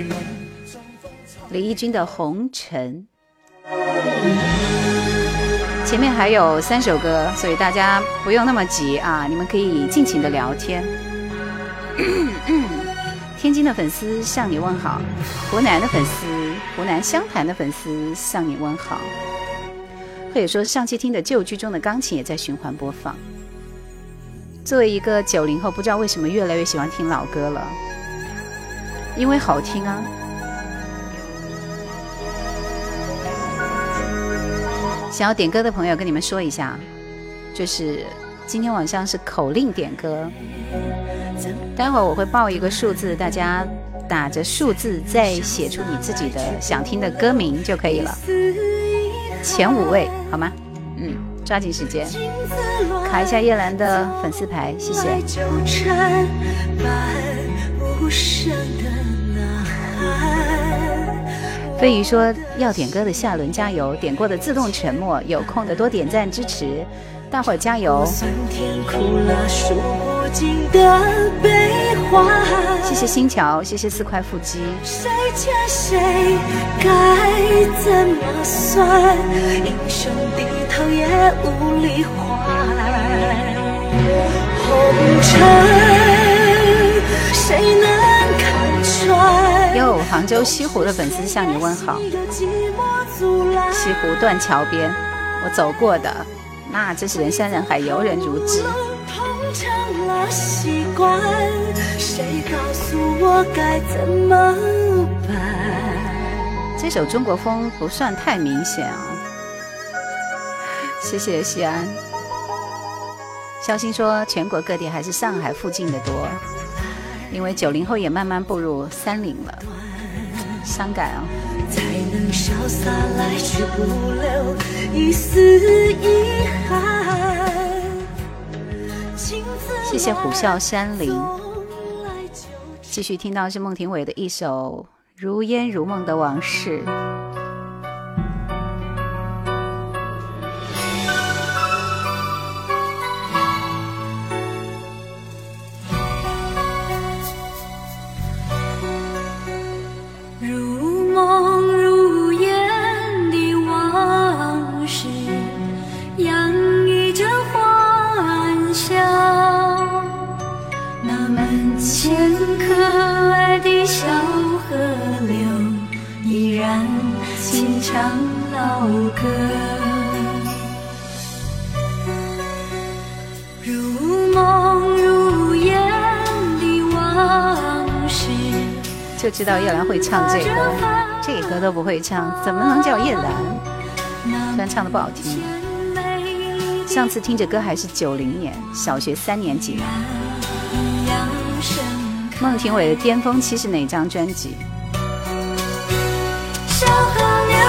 李翊君的《红尘》，前面还有三首歌，所以大家不用那么急啊，你们可以尽情的聊天。天津的粉丝向你问好，湖南的粉丝，湖南湘潭的粉丝向你问好。或者说上期听的旧剧中的钢琴也在循环播放。作为一个九零后，不知道为什么越来越喜欢听老歌了，因为好听啊。想要点歌的朋友跟你们说一下，就是今天晚上是口令点歌，待会儿我会报一个数字，大家打着数字再写出你自己的想听的歌名就可以了，前五位好吗？嗯，抓紧时间卡一下叶兰的粉丝牌，谢谢。飞鱼说要点歌的夏伦加油，点过的自动沉默，有空的多点赞支持，大伙儿加油。谢谢新桥，谢谢四块腹肌。谁欠谁该怎么算，英雄低头也无力还。红尘谁能看穿。哟，杭州西湖的粉丝向你问好。西湖断桥边我走过的，那真是人山人海，游人如织。成了习惯，谁告诉我该怎么办？这首中国风不算太明显啊。谢谢西安。肖鑫说全国各地还是上海附近的多，因为九零后也慢慢步入三零了，伤感啊。才能潇洒来去，不留一丝遗憾。谢谢虎啸山林。继续听到是孟庭苇的一首如烟如梦的往事。 如梦如烟的往事，洋溢着欢笑。那门前老歌，如梦如烟的往事。 就知道叶兰会唱这歌，这歌都不会唱，怎么能叫叶兰？虽然唱的不好听。上次听着歌还是九零年，小学三年级。孟庭苇的巅峰期是哪张专辑？ 小河流，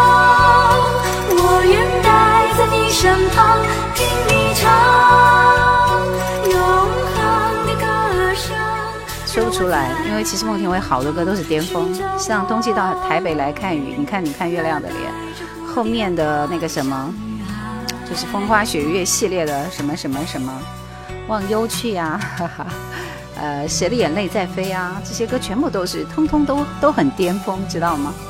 我愿待在你身旁，听你唱永恒的歌声。 说不出来，因为其实孟庭苇好多歌都是巅峰，像冬季到台北来看雨，你看你看月亮的脸，后面的那个什么就是风花雪月系列的什么什么什么忘忧去呀、啊、哈哈，呃谁的眼泪在飞啊，这些歌全部都是通通都都很巅峰，知道吗？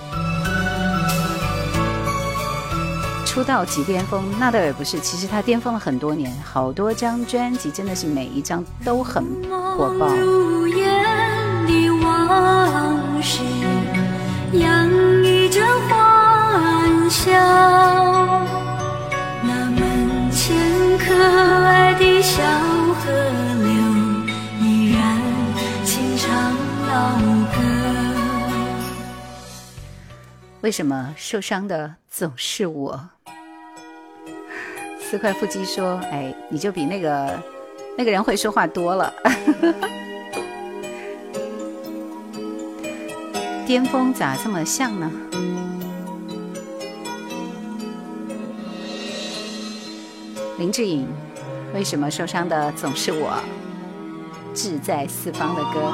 出道即巅峰那倒也不是，其实他巅峰了很多年，好多张专辑真的是每一张都很火爆。 如烟的往事洋溢着欢笑，那门前可爱的小河流依然轻唱老歌。 为什么受伤的总是我？四块腹肌说：“哎，你就比那个那个人会说话多了。”巅峰咋这么像呢？林志颖，为什么受伤的总是我？志在四方的歌。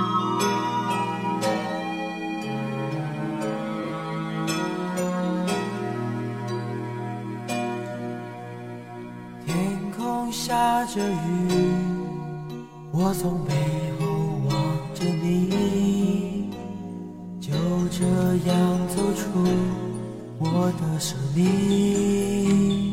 下着雨，我从背后望着你，就这样走出我的生命。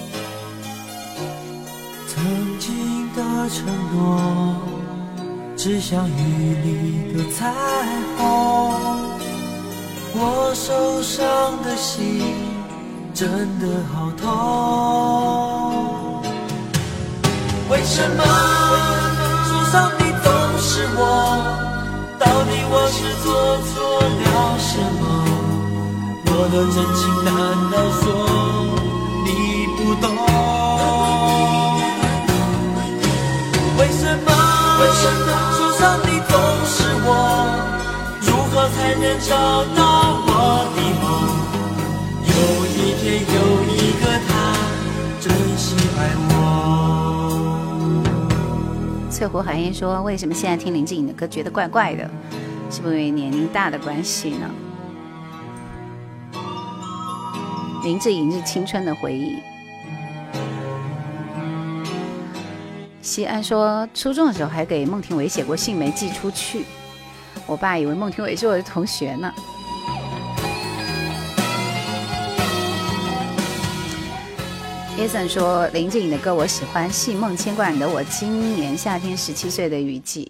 曾经的承诺，只像雨里的彩虹。我受伤的心真的好痛。为什么受伤的总是我？到底我是做错了什么？我的真情难道说你不懂？为什么受伤的总是我？如何才能找到我的梦？有一天有一个他真心爱我。 翠湖寒烟说：“为什么现在听林志颖的歌觉得怪怪的？是不是因为年龄大的关系呢？”林志颖是青春的回忆。西安说：“初中的时候还给孟庭苇写过信没寄出去，我爸以为孟庭苇是我的同学呢。”叶森说：“林志颖的歌我喜欢，戏梦牵挂你的我，今年夏天十七岁的雨季。”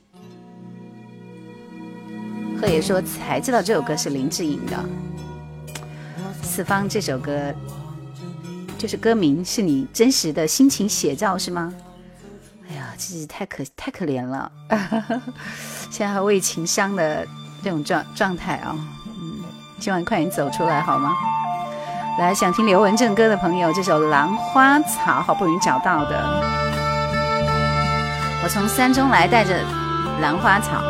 贺野说：“才知道这首歌是林志颖的。”四方这首歌就是歌名是你真实的心情写照是吗？哎呀，这是太可太可怜了，现在还为情伤的这种状状态啊，嗯，希望你快点走出来好吗？来，想听刘文正歌的朋友，这首《兰花草》好不容易找到的。我从山中来，带着兰花草。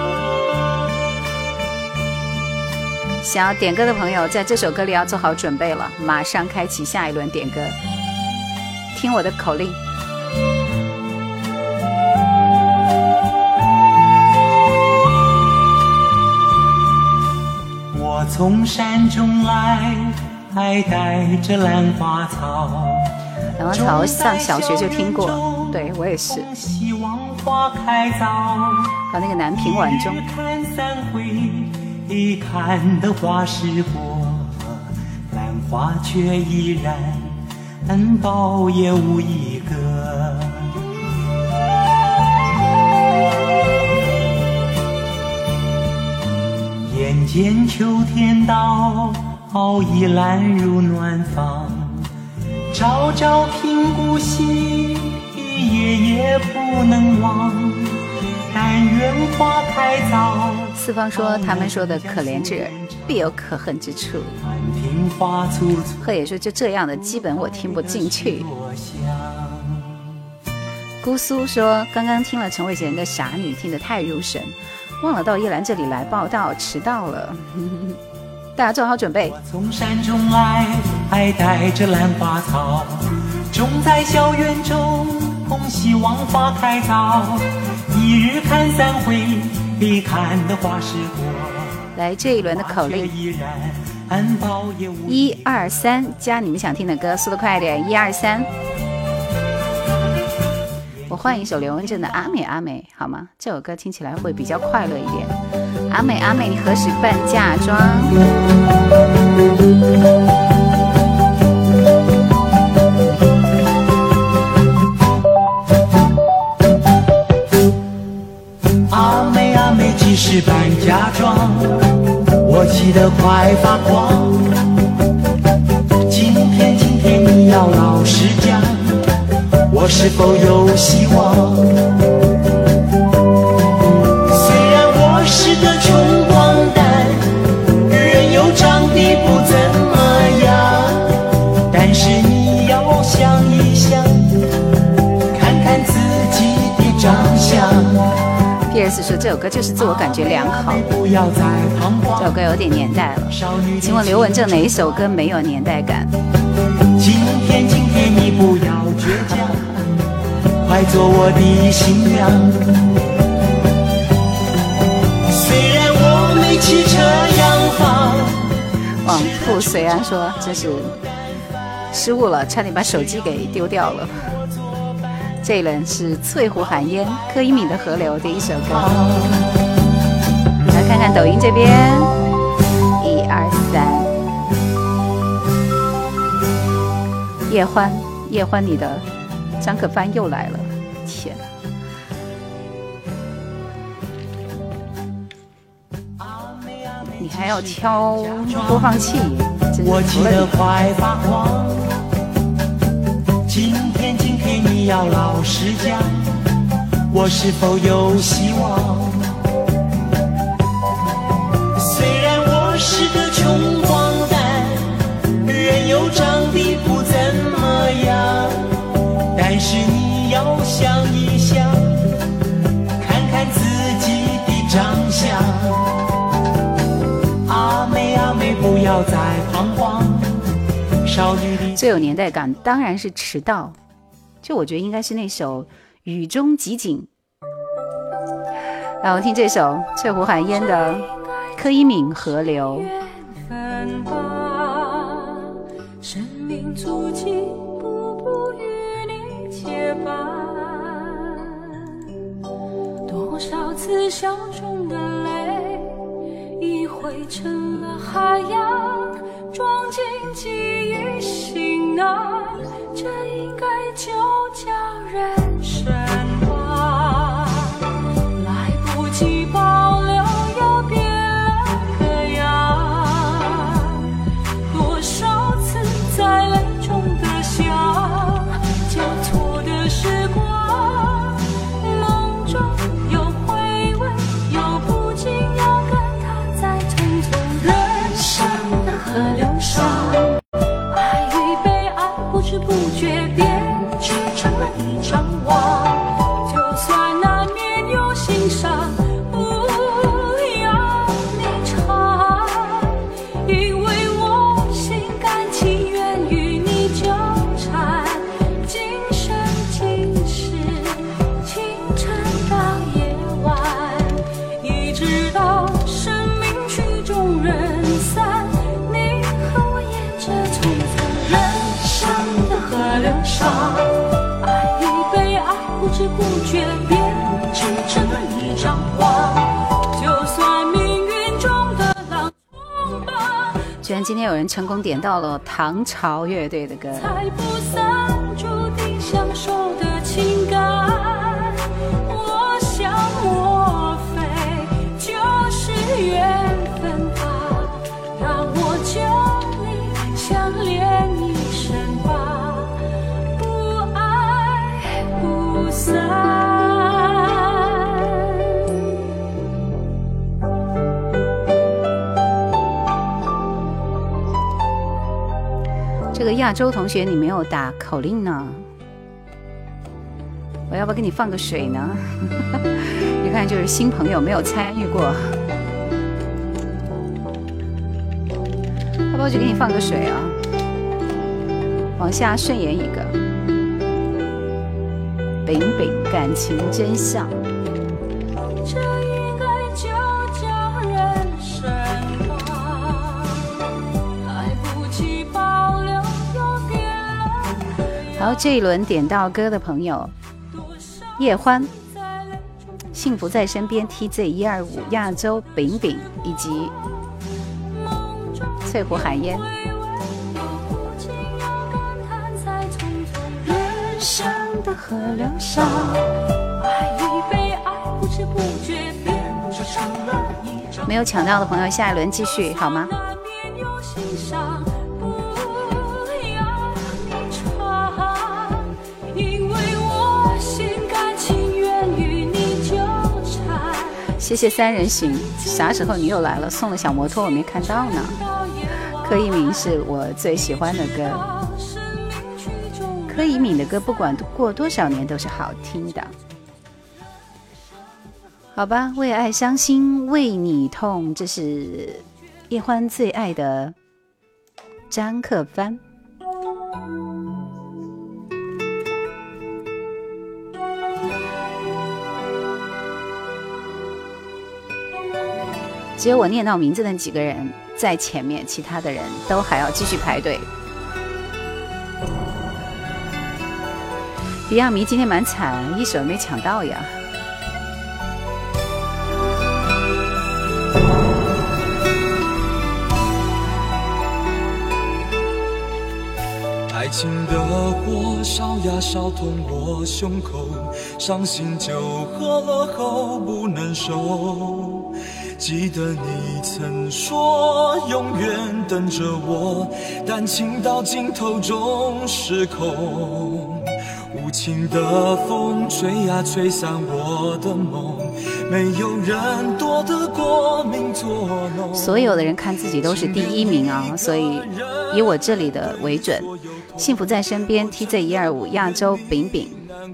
想要点歌的朋友，在这首歌里要做好准备了，马上开启下一轮点歌。听我的口令。 我从山中来，还带着兰花草。 兰花草上小学就听过，对我也是。 希望花开早， 和那个南屏晚钟。 看三回，一看的花时过，兰花却依然苞也无一个。眼见秋天到， 好意揽入暖房，朝朝听故稀，夜夜不能忘。但愿花开早。 四方说他们说的可怜之人必有可恨之处。贺野说就这样的基本我听不进去。姑苏说刚刚听了陈慧娴的傻女听得太入神，忘了到叶兰这里来报道，迟到了。大家做好准备。 从山中来，还带着兰花草，种在校园中，空希望花开早。一日看三回，必看的花时过。 来这一轮的口令，一二三，加你们想听的歌，速度快一点，一二三。我换一首刘文正的《阿美阿美》好吗？这首歌听起来会比较快乐一点。阿美阿美，你何时办嫁妆？ 阿美阿美，几时办嫁妆？我急得快发狂。今天今天你要老实讲，我是否有希望？虽然我是个穷光蛋，人又长得不怎么样，但是你要想一想，看看自己的长相。 皮尔斯说这首歌就是自我感觉良好。这首歌有点年代了，请问刘文正哪一首歌没有年代感？ 今天今天你不要倔强，快做我的新娘。虽然我没汽车洋房。 往复随安说真是失误了，差点把手机给丢掉了。这一轮是翠湖寒烟柯一敏的河流的一首歌。来看看抖音这边，一二三，叶欢叶欢你的张可帆又来了，天你还要挑播放器，真我是服了急得你。 快发狂。今天今天你要老实讲，我是否有希望？虽然我是个穷光蛋，人又长得不怎么样，但是你要想一想，看看自己的长相。阿妹阿妹，不要再彷徨。 最有年代感当然是迟到，就我觉得应该是那首雨中集锦。来我听这首翠湖寒烟的柯一敏河流。 生命足迹步步与你结伴，多少次笑中的泪已汇成了海洋，装进记忆行囊，这应该就叫人生吧。来不及保留又变了个样，多少次在泪中的想，交错的时光，梦中有回味，又不禁要感叹在匆匆人生的河流上，爱与被爱不知不觉编织成了一张网，就算难免有心伤，不要你尝，因为我心甘情愿与你纠缠，今生今世，清晨到夜晚，一直到生命曲终人散，你和我沿着匆匆人生的河流上，爱与被爱不知不觉编织成了一张网，就算命运中的浪冲吧， 居然今天有人成功点到了唐朝乐队的歌。 才不散，注定相守的情感，我想莫非就是缘分吧，让我就这个亚洲同学你没有打口令呢，我要不要给你放个水呢？一看就是新朋友，没有参与过。要不要去给你放个水啊？往下顺延一个。饼饼，感情真相。 这应该就叫人生吧，来不及保留又变了。 好，这一轮点到歌的朋友，叶欢、幸福在身边 T Z 一二五、亚洲饼饼以及翠湖寒烟。 人生的河流上，爱与被爱不知不觉变成了一张。 没有抢到的朋友，下一轮继续好吗？谢谢三人行，啥时候你又来了？送了小摩托我没看到呢。柯以敏是我最喜欢的歌，柯以敏的歌不管过多少年都是好听的。好吧，为爱伤心为你痛，这是叶欢最爱的张克帆。只有我念到名字的几个人在前面，其他的人都还要继续排队。迪亚迷今天蛮惨，一首没抢到呀。 爱情的火烧呀烧痛我胸口，伤心酒喝了后不能收。记得你曾说永远等着我，但情到尽头终失控。无情的风吹呀吹散我的梦，没有人躲得过命作弄。 所有的人看自己都是第一名啊，所以以我这里的为准。幸福在身边 T Z 一二五、亚洲饼饼。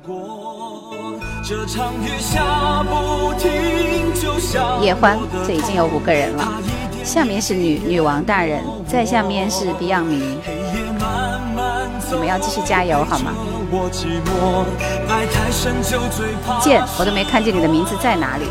这场雨下不停，就像叶欢，这已经有五个人了。下面是女女王大人，再下面是 Beyond 迷，你们要继续加油好吗？剑，我都没看见你的名字在哪里。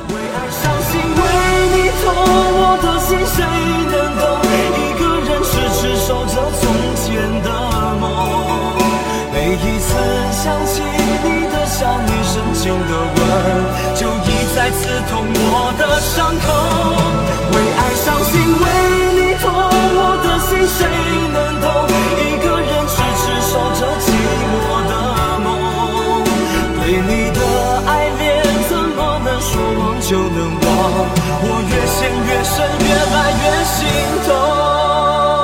每一次想起你的笑，你深情的吻，就一再刺痛我的伤口。为爱伤心，为你痛，我的心谁能懂？一个人痴痴守着寂寞的梦，对你的爱恋怎么能说忘就能忘？我越陷越深，越来越心痛。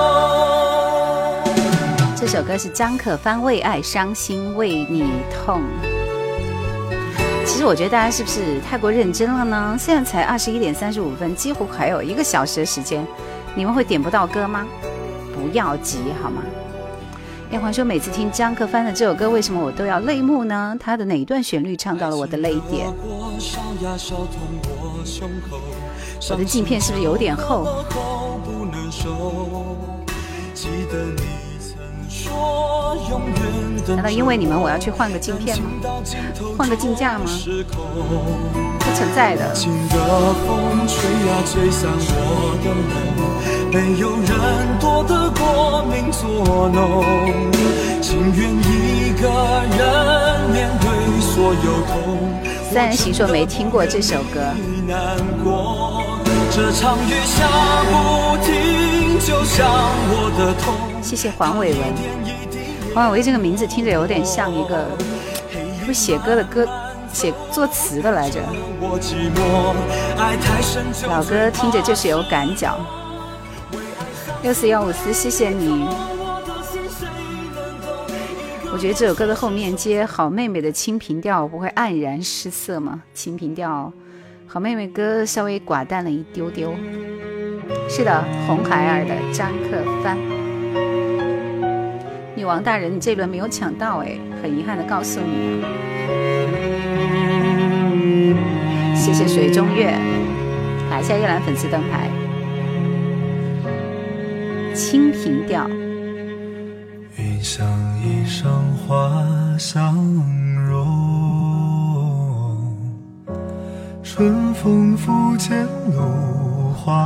这首歌是张可帆，为爱伤心为你痛。其实我觉得大家是不是太过认真了呢？现在才二十一点三十五分，几乎还有一个小时的时间，你们会点不到歌吗？不要急好吗？叶欢说，每次听张可帆的这首歌，为什么我都要泪目呢？他的哪一段旋律唱到了我的泪点？我的镜片是不是有点厚？难道因为你们我要去换个镜片吗？换个镜架吗？不存在的。 没有人躲得过命作弄，情愿一个人面对所有痛。 三人行说没听过这首歌。 这场雨下不停，就像我的痛。 谢谢黄伟文。黄伟文这个名字听着有点像一个不写歌的歌写作词的来着。老歌听着就是有感脚。六四幺五四，谢谢你。我觉得这首歌的后面接好妹妹的清平调，不会黯然失色吗？清平调，好妹妹歌稍微寡淡了一丢丢。是的，红孩儿的张克帆。 女王大人，你这轮没有抢到哎，很遗憾的告诉你啊。谢谢水中月，来下叶兰粉丝灯牌。清平调。 云像一场花相融，春风拂槛露花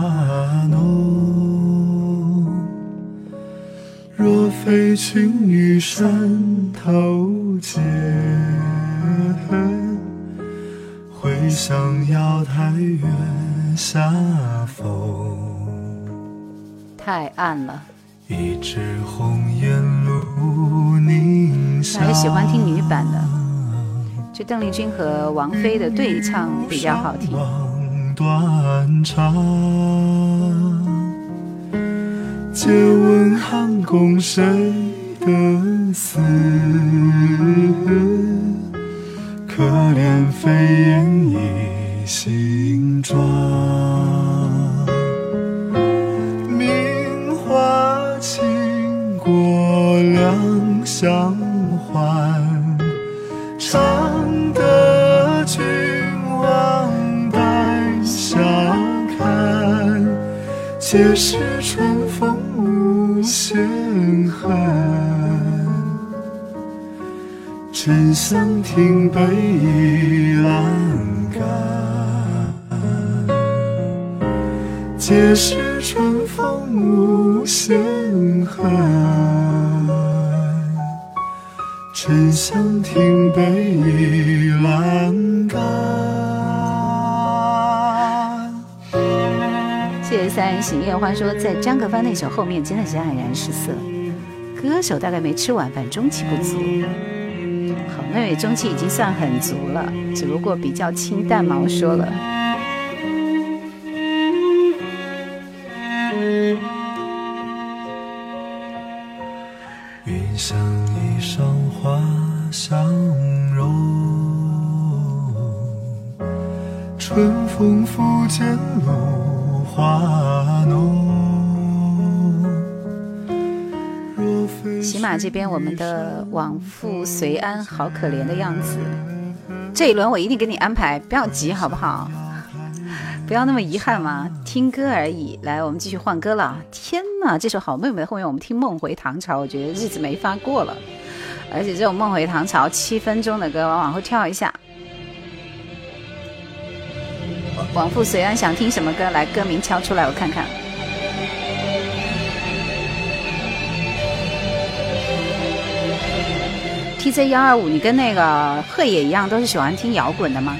浓。若非群玉山头见，会向瑶台月下逢。 太暗了。 一枝红颜露凝香。 我还喜欢听女版的，就邓丽君和王菲的对唱比较好听。 断肠，借问汉宫谁的死？可怜飞燕倚新妆。名花倾国两相还，常得君王带笑看，皆是春风无限恨。沉香亭北倚栏杆，皆是春风无限恨。沉香亭北倚栏杆。 谢谢三人行夜欢说，在张克帆那首后面真的是黯然失色，歌手大概没吃晚饭，中气不足。好妹妹中气已经算很足了，只不过比较清淡嘛，我说了。 云像一场花相融，春风拂槛露花浓。 喜马这边我们的往复随安好可怜的样子，这一轮我一定给你安排，不要急好不好？不要那么遗憾嘛，听歌而已。来，我们继续换歌了。天哪，这首好妹妹的后面我们听梦回唐朝，我觉得日子没法过了。而且这种梦回唐朝七分钟的歌，我往后跳一下。往复随安想听什么歌？来，歌名敲出来我看看。T Z 一二五，你跟那个贺野一样，都是喜欢听摇滚的吗？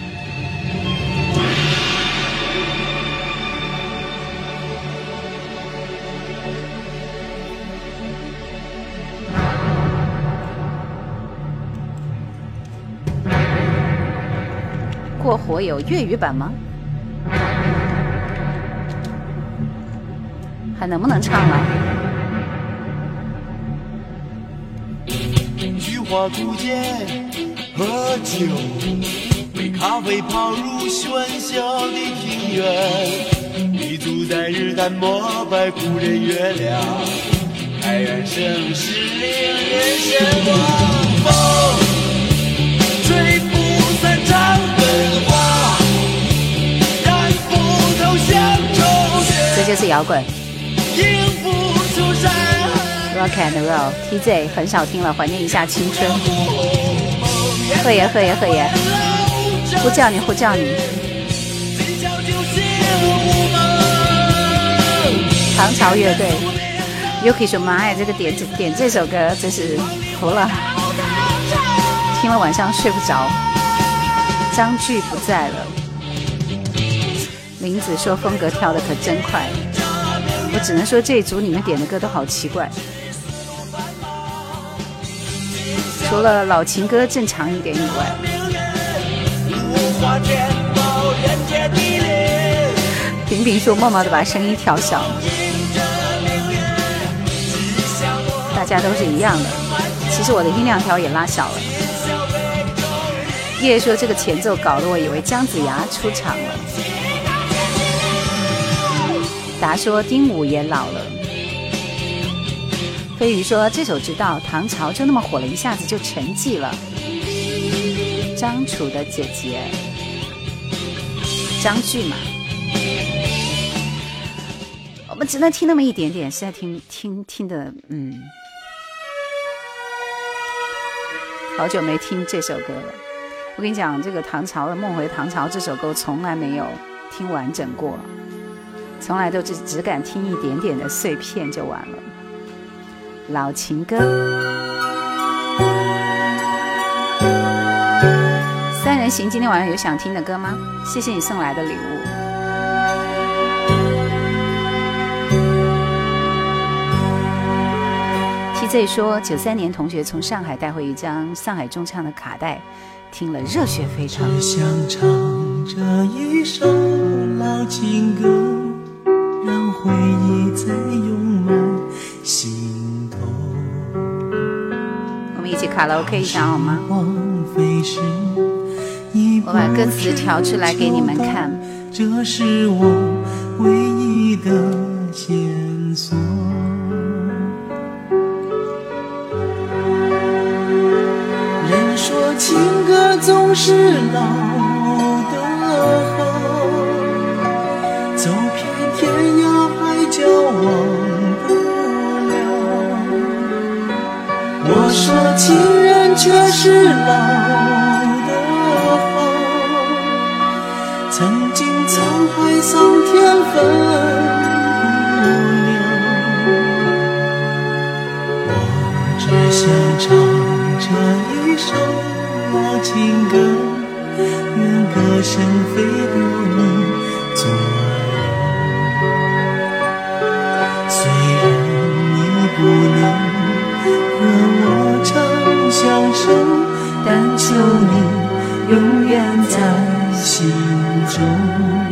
过火有粤语版吗？还能不能唱了？ 菊花古间喝酒，被咖啡泡入喧嚣的庭院，立足在日坛膜拜古人月亮，海岸盛世令人神往。风吹不散长本花，染不透乡愁血， 这就是摇滚。 迎不出山 Rock and Roll T Z 很少听了，怀念一下青春。贺爷贺爷贺爷，呼叫你呼叫你。唐朝乐队 Yuki 说妈呀，这个点点这首歌真是服了，听了晚上睡不着。张炬不在了。林子说风格跳得可真快，我只能说这一组你们点的歌都好奇怪，除了老情歌正常一点以外。平平说默默的把声音调小，大家都是一样的，其实我的音量条也拉小了。叶说这个前奏搞得我以为姜子牙出场了。达说丁武也老了。 飞鱼说这首知道，唐朝就那么火了，一下子就沉寂了。张楚的姐姐张炬嘛，我们只能听那么一点点，实在听听听的，嗯，好久没听这首歌了。我跟你讲，这个唐朝的《梦回唐朝》这首歌，我从来没有听完整过，从来都只只敢听一点点的碎片就完了。老情歌，三人行，今天晚上有想听的歌吗？谢谢你送来的礼物。T Z 说，九三年同学从上海带回一张上海中唱的卡带，听了热血沸腾。 只想唱这一首老情歌，让回忆再涌满心头。 我们一起卡拉 OK 一下好吗？ 我把歌词调出来给你们看。 这是我唯一的线索。人说情歌总是老的好，走遍天涯海角忘不了。我说情人却是老的好，曾经沧海桑田分不了。我只想唱这一首老情歌，愿歌声飞到你左右。虽然你不能和我长相守，但求你永远在心中。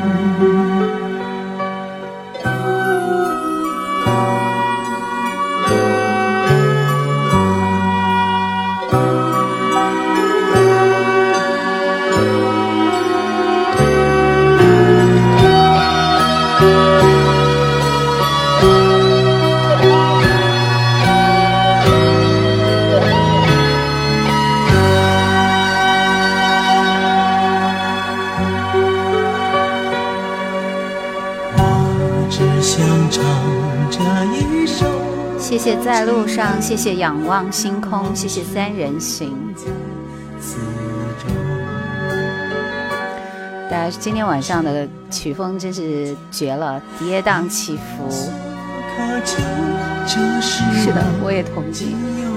谢谢在路上，谢谢仰望星空，谢谢三人行。大家今天晚上的曲风真是绝了，跌宕起伏。是的，我也同意。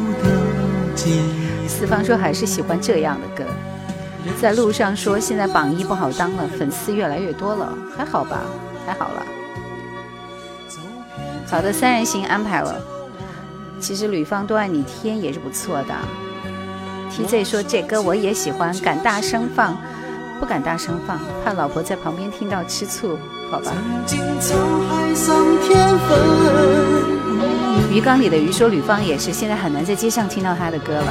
四方说还是喜欢这样的歌。在路上说现在榜一不好当了，粉丝越来越多了，还好吧，还好了。好的，三人行安排了。其实吕方多爱你天也是不错的。 T Z 说这歌我也喜欢，敢大声放不敢大声放，怕老婆在旁边听到吃醋，好吧。鱼缸里的鱼说吕方也是，现在很难在街上听到他的歌了。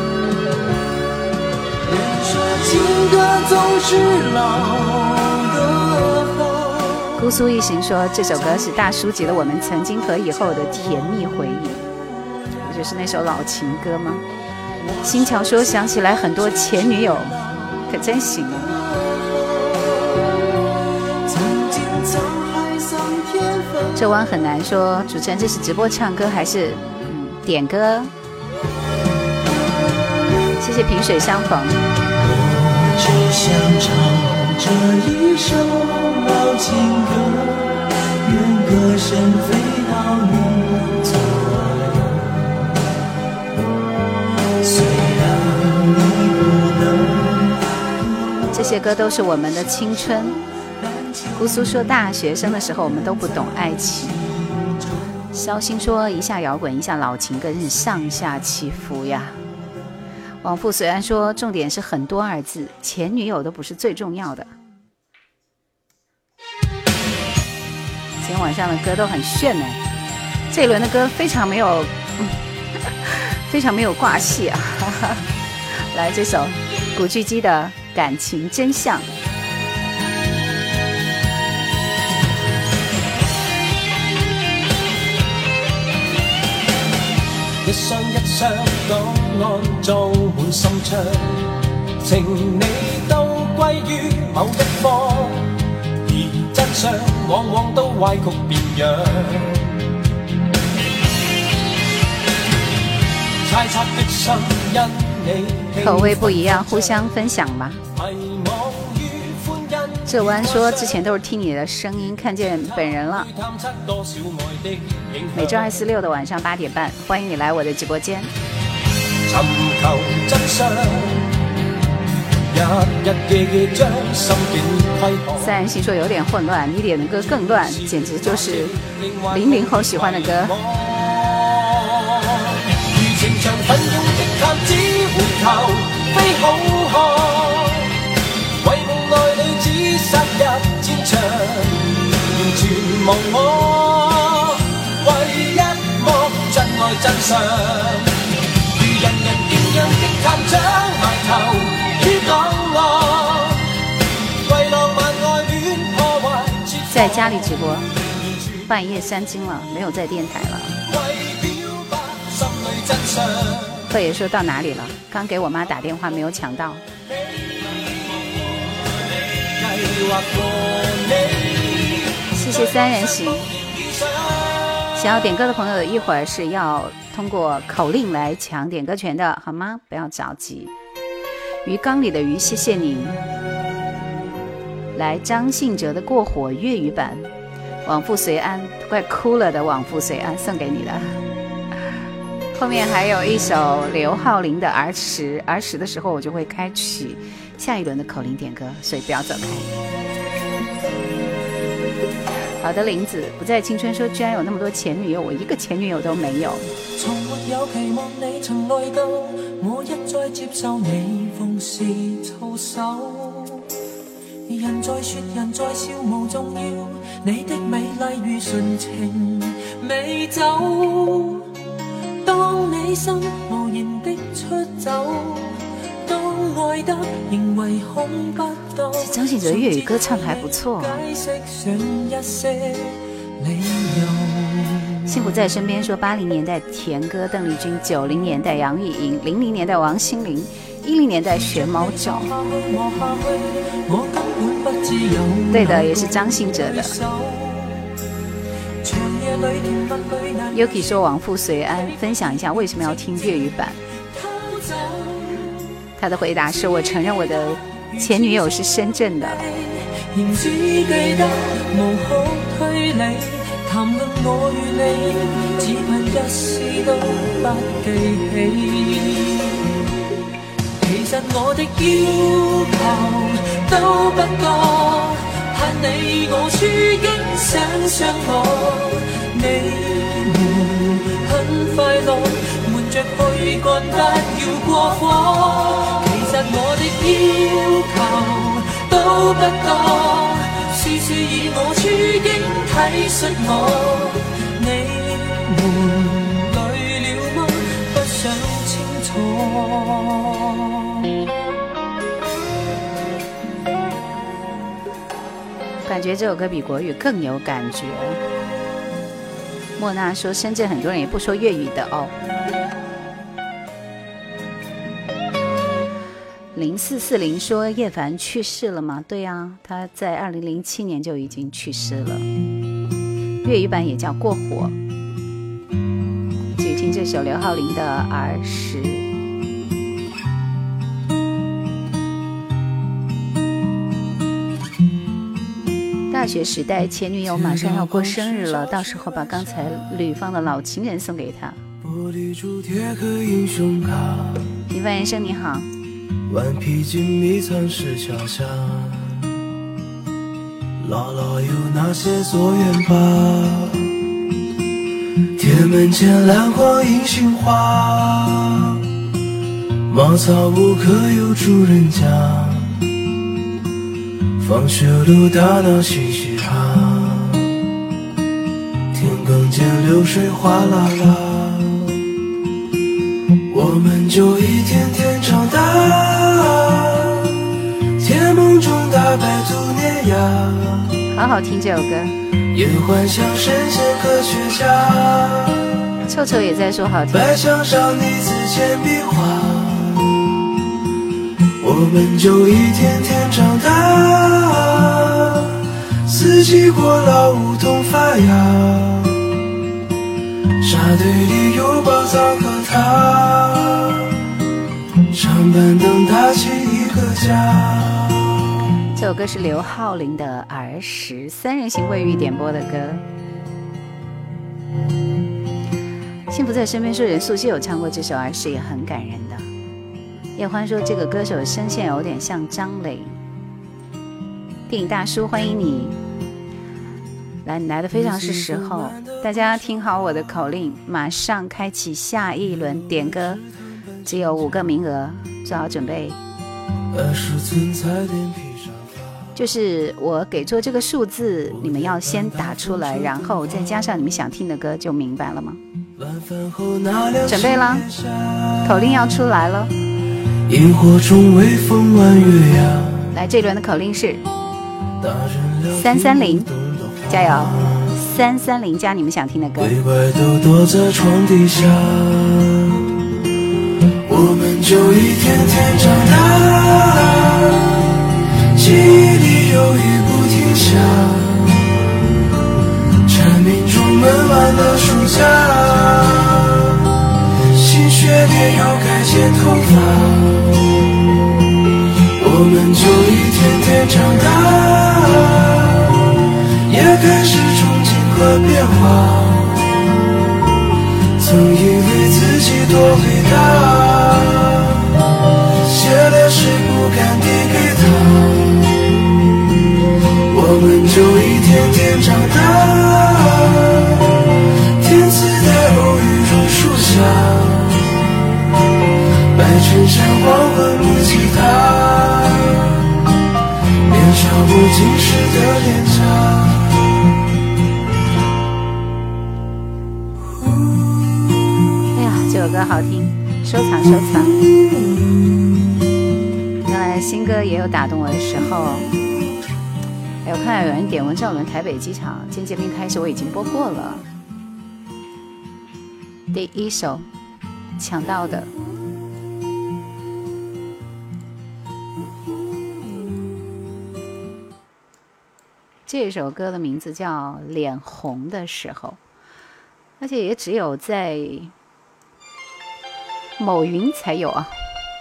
姑苏一行说这首歌是大叔级了我们曾经和以后的甜蜜回忆，不就是那首老情歌吗？新桥说想起来很多前女友，可真行啊。这弯很难说，主持人这是直播唱歌还是、嗯、点歌？谢谢萍水相逢。 我只想唱这一首老情歌，愿歌声飞到你左右。虽然你不能， 这些歌都是我们的青春。姑苏说大学生的时候我们都不懂爱情。肖星说一下摇滚一下老情歌，真是上下起伏呀。王富虽然说重点是很多二字，前女友都不是最重要的。今天晚上的歌都很炫呢，这一轮的歌非常没有、嗯、非常没有挂戏啊。来这首古巨基的感情真相。 一雙一雙檔案裝滿心窗，情理都歸於某一方，而真相往往都歪曲變樣。猜測的心因你口味不一样，互相分享吧。这弯说之前都是听你的声音，看见本人了。每周二、四、六的晚上八点半，欢迎你来我的直播间。 尋求真相，日日夜夜將心境窺看。 三人行說有點混亂，你點的歌更亂，簡直就是零零後喜歡的歌。 如情場奮勇的探子回頭非好漢，為夢內女子殺入戰場，完全忘我，為一幕真愛真相。如人人敬仰的探長埋頭於檔案，為浪漫愛戀破壞。 在家裡直播，半夜三更了，沒有在電台了。贺爺說到哪裡了？剛給我媽打電話沒有搶到。謝謝三人行。想要點歌的朋友，一會兒是要通過口令來搶點歌權的，好嗎？不要着急。魚缸裡的魚，謝謝你。來張信哲的《過火》粵語版，往復隨安，快哭了的《往復隨安》送給你了。後面還有一首劉浩霖的兒時，兒時的時候我就會開啟下一輪的口令點歌，所以不要走開。好的，林子不在青春說居然有那麼多前女友，我一個前女友都沒有。 從沒有期望你曾內疚，我一再接受你逢時操守。人在說人在笑無重要，你的美麗如純情美酒。當你心無言的出走，當愛得仍唯恐不到。 張信哲粵語歌唱得還不錯。幸福在身邊說八零年代田歌鄧麗君，九零年代楊鈺瑩，零零年代王心凌，一零年代學貓叫。對的，也是張信哲的。Yuki 說往復隨安，分享一下為什麼要聽粵語版。他的回答是我承認我的前女友是深圳的。 只記得無可推理，談論我與你，只憑一絲都不記起。其實我的要求都不多，盼你我處境想相我。你們很快樂，瞞着去幹不要過火。其實我的要求都不多，事事以我處境體恤我。你們累了嗎？不想清楚。 感覺這首歌比國語更有感覺。莫娜說深圳很多人也不說粵語的哦。零四四零說葉凡去世了嗎？對啊，他在二零零七年就已經去世了。粵語版也叫過火。繼續聽這首劉浩霖的兒時。大學時代前女友馬上要過生日了，到時候把剛才呂方的老情人送給他。平凡人生你好。 顽皮筋迷藏石橋下，姥姥有那些作業吧，鐵門前藍黃銀杏花，茅草屋可有住人家，放學路打鬧嘻嘻哈，田埂間流水嘩啦啦，我們就一天天長大，甜夢中大白兔碾壓， 好好聽這首歌。 也幻想神仙科學家， 臭臭也在说好听。 白墙上你字铅笔画，我们就一天天长大，四季过老梧桐发芽，沙堆里有宝藏和他，长板凳搭起一个家。 这首歌是刘浩霖的儿时，三人行卫浴点播的歌。幸福在身边说任素汐有唱过这首儿时，也很感人的。叶欢说这个歌手声线有点像张磊。电影大叔欢迎你来，你来的非常是时候。大家听好我的口令，马上开启下一轮点歌，只有五个名额，做好准备。就是我给出这个数字，你们要先打出来，然后再加上你们想听的歌，就明白了吗？准备了，口令要出来了。 萤火虫微风弯月牙， 来，这一轮的口令是三三零，加油！三三零加你们想听的歌。 鬼怪都躲在床底下，我们就一天天长大。记忆里有雨不停下，蝉鸣中闷完的暑假，新学年又该剪头发，我们就一天天长大，也开始憧憬和变化，曾以为自己多伟大，写了诗不敢递给他，我们就一天天长大，天赐在偶遇榕树下，白衬衫黄昏不吉他，年少不经事的脸颊。 哎呀，这首歌好听，收藏收藏。原来新歌也有打动我的时候。哎，我看到有人点文兆伦台北机场，今天节目开始我已经播过了。第一首抢到的，这首歌的名字叫《脸红的时候》，而且也只有在某云才有啊。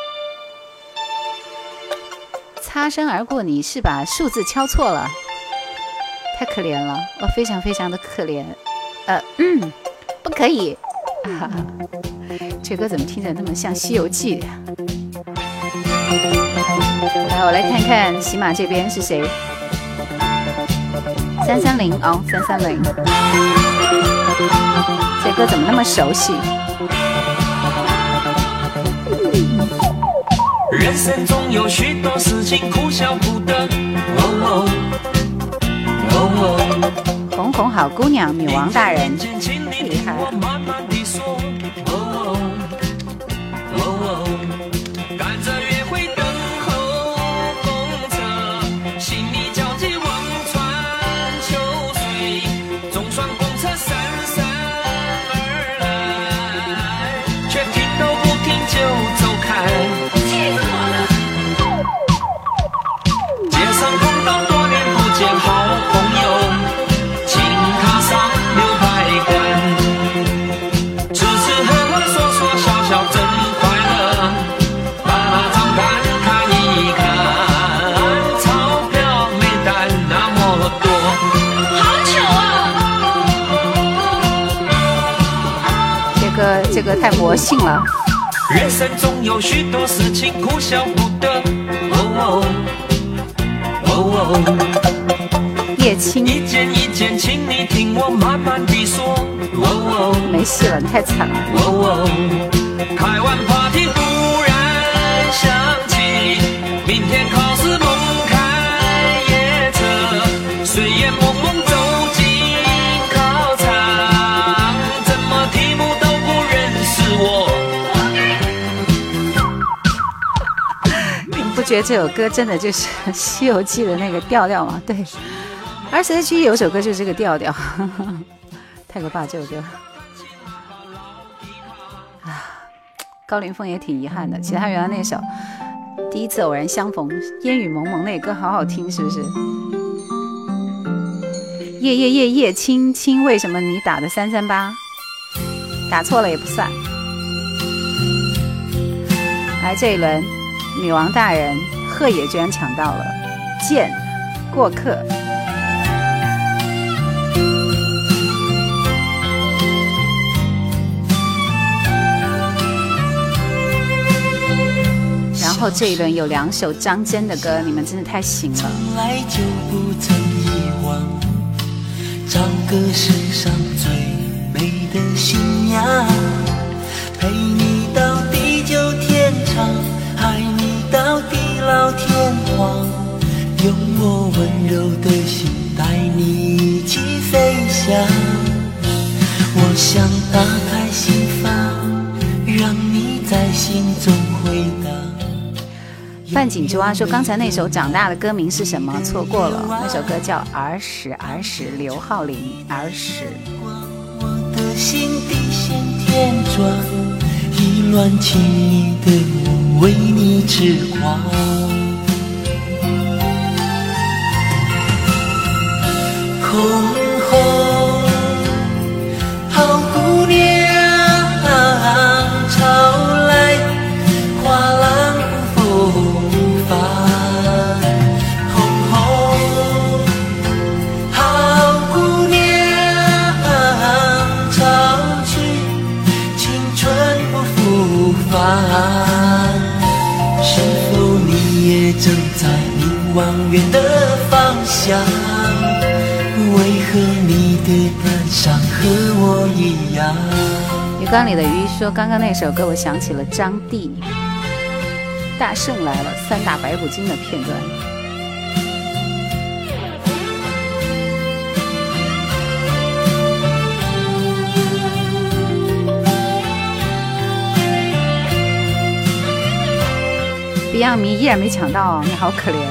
擦身而过，你是把数字敲错了，太可怜了，我非常非常的可怜。呃，嗯，不可以。啊、这歌怎么听着那么像《西游记》的？来，我来看看喜马这边是谁。三三零哦，三三零。这歌怎么那么熟悉？ 人生中有许多事情哭笑不得，哦哦哦， 红红好姑娘，女王大人，厉害！ 慢慢地说，哦哦哦，赶着约会等候公车，心里焦急望穿秋水，总算公车姗姗而来，却停都不停就走开。好朋友，请踏上六百关，吃吃喝喝说说笑笑真快乐，把账单看一看，钞票没带那么多，好糗啊！这个这个太魔性了。 人生中有许多事情哭笑不得，哦哦哦哦。 叶青， 一件一件，请你听我慢慢地说。哦哦， 没戏了，你太惨了。 哦哦，开完 party 忽然想起，明天考试梦开夜车，睡眼蒙蒙走进考场，怎么题目都不认识我。 你不觉得这首歌真的就是《西游记》的那个调调吗？对。R C H 有首歌就是这个调调，太可怕这首歌。 高凌风也挺遗憾的。其他原来那首第一次偶然相逢，烟雨蒙蒙那歌好好听，是不是？夜夜夜夜青青，为什么你打的三三八？打错了也不算。来这一轮，女王大人鹤野居然抢到了剑过客。然后这一轮有两首张真的歌，你们真的太行了。 从来就不曾遗忘，找个世上最美的信仰，陪你到地久天长，爱你到地老天荒，用我温柔的心带你一起飞翔。我想打开心房，让你在心中回荡。 范景之蛙说刚才那首长大的歌名是什么？错过了，那首歌叫儿时儿时，刘浩霖儿时。 我的心地先天转，意乱情迷的我为你痴狂。红红好姑娘，潮来花浪风帆。红红好姑娘，潮去青春不复返。是否你也正在凝望远的方向？为何你的感伤和我一样？ 鱼缸里的鱼说刚刚那首歌我想起了张帝大圣来了三打白骨精的片段。Beyond 迷依然没抢到，你好可怜。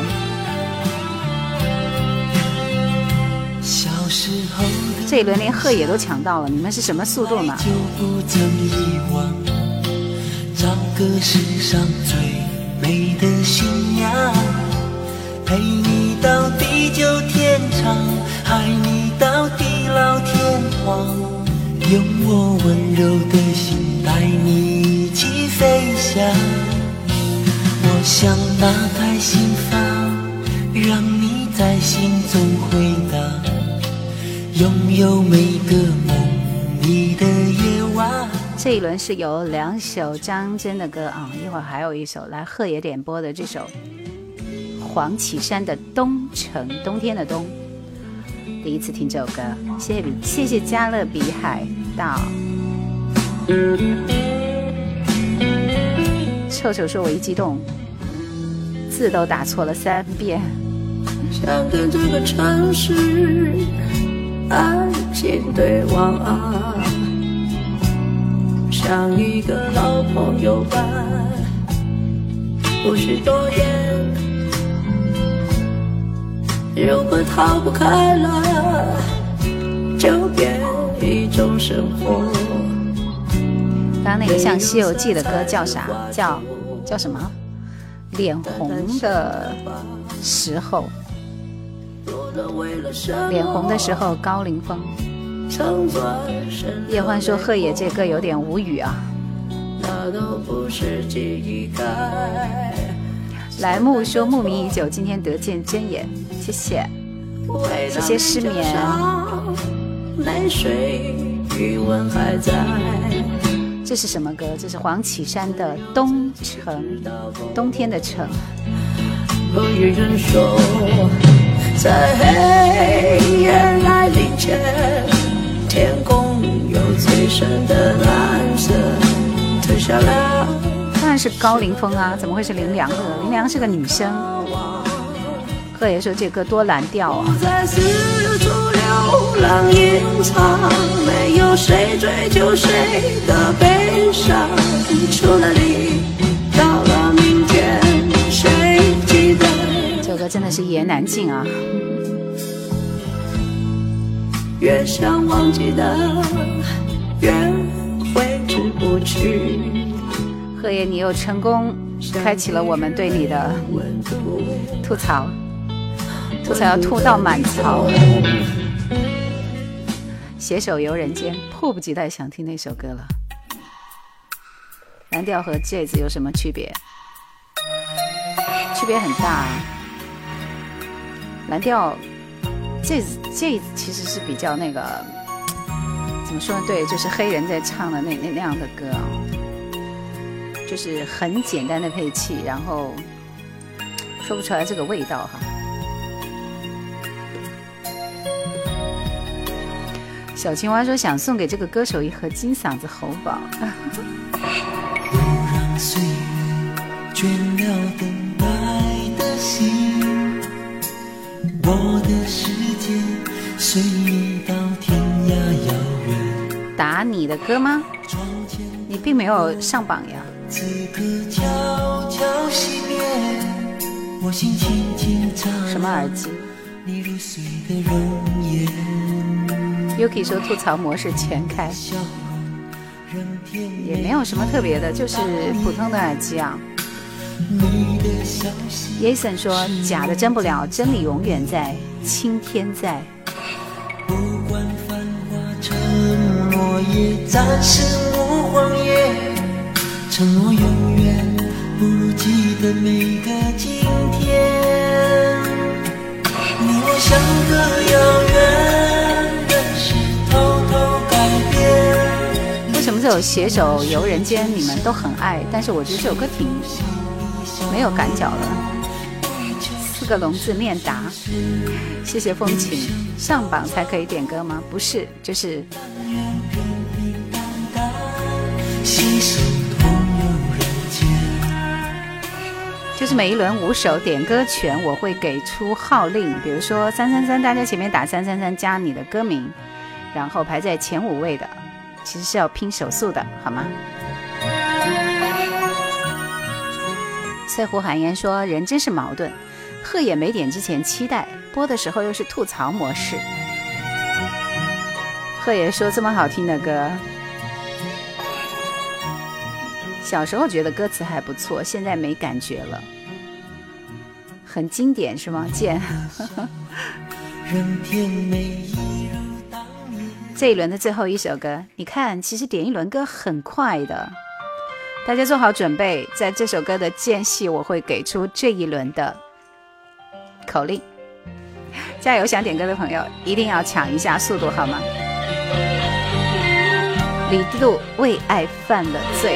这一轮连鹤野都抢到了，你们是什么速度呢？ 就不曾遗忘，找个世上最美的信仰，陪你到地久天长，爱你到地老天荒，用我温柔的心带你一起飞翔。我想打开心房，让你在心中回荡，拥有每个梦里的夜晚。 这一轮是有两首张真的歌啊，一会儿还有一首来鹤野点播的这首黄绮珊的《东城》，冬天的冬。第一次听这首歌，谢谢谢谢加勒比海盗。臭臭说我一激动，字都打错了三遍。 想跟这个城市爱情对望啊，像一个老朋友般，不许多言，如果逃不开了，就变一种生活。 刚刚那个像《西游记》的歌叫啥？叫叫什么？脸红的时候。脸红的时候，高凌风。叶欢说鹤野这歌有点无语啊。来木说慕名已久，今天得见真眼，谢谢，谢谢失眠。 泪水余温还在。 这是什么歌？这是黄绮珊的《东城》，冬天的城。 有人说在黑夜来临前，天空有最深的蓝色褪下来。 当然是高凌风啊，怎么会是林良呢？林良是个女生。鹤爷说这歌多蓝调啊。 不再四处流浪隐藏，没有谁追求谁的悲伤，除了你，到了明天，谁记得？ 这首歌真的是言难尽啊。 越想忘记的越挥之不去。 贺爷，你又成功开启了我们对你的吐槽，吐槽要吐到满槽。携手游人间，迫不及待想听那首歌了。蓝调和 jazz 有什么区别？区别很大啊。蓝调 jazz jazz 其实是比较那个怎么说呢？对，就是黑人在唱的那那那样的歌啊，就是很简单的配器，然后说不出来这个味道哈。小青蛙说想送给这个歌手一盒金嗓子喉宝。 不让岁月倦了等待的心，我的世界随你到天涯遥远。 打你的歌吗？你并没有上榜呀。 此刻悄悄熄灭，我心轻轻唱什么耳机？ 你入睡的容颜。 Yuki 说吐槽模式全开，也没有什么特别的，就是普通的耳机啊。Jason 说假的真不了，真理永远在，青天在。 不管繁华承诺也暂时无谎言，承诺永远不如记得每个今天。你我相隔遥远， 为什么这首携手游人间你们都很爱，但是我觉得这首歌挺没有感脚的。四个笼子面答，谢谢风情。上榜才可以点歌吗？不是，就是就是每一轮五首点歌权我会给出号令，比如说三三三，大家前面打三三三加你的歌名，然后排在前五位的其实是要拼手速的，好吗？翠湖寒言说人真是矛盾，贺也没点之前期待，播的时候又是吐槽模式。贺也说这么好听的歌，小时候觉得歌词还不错，现在没感觉了。很经典是吗？贱这一轮的最后一首歌，你看其实点一轮歌很快的，大家做好准备，在这首歌的间隙我会给出这一轮的口令，加油！想点歌的朋友一定要抢一下速度好吗？李杜为爱犯了罪，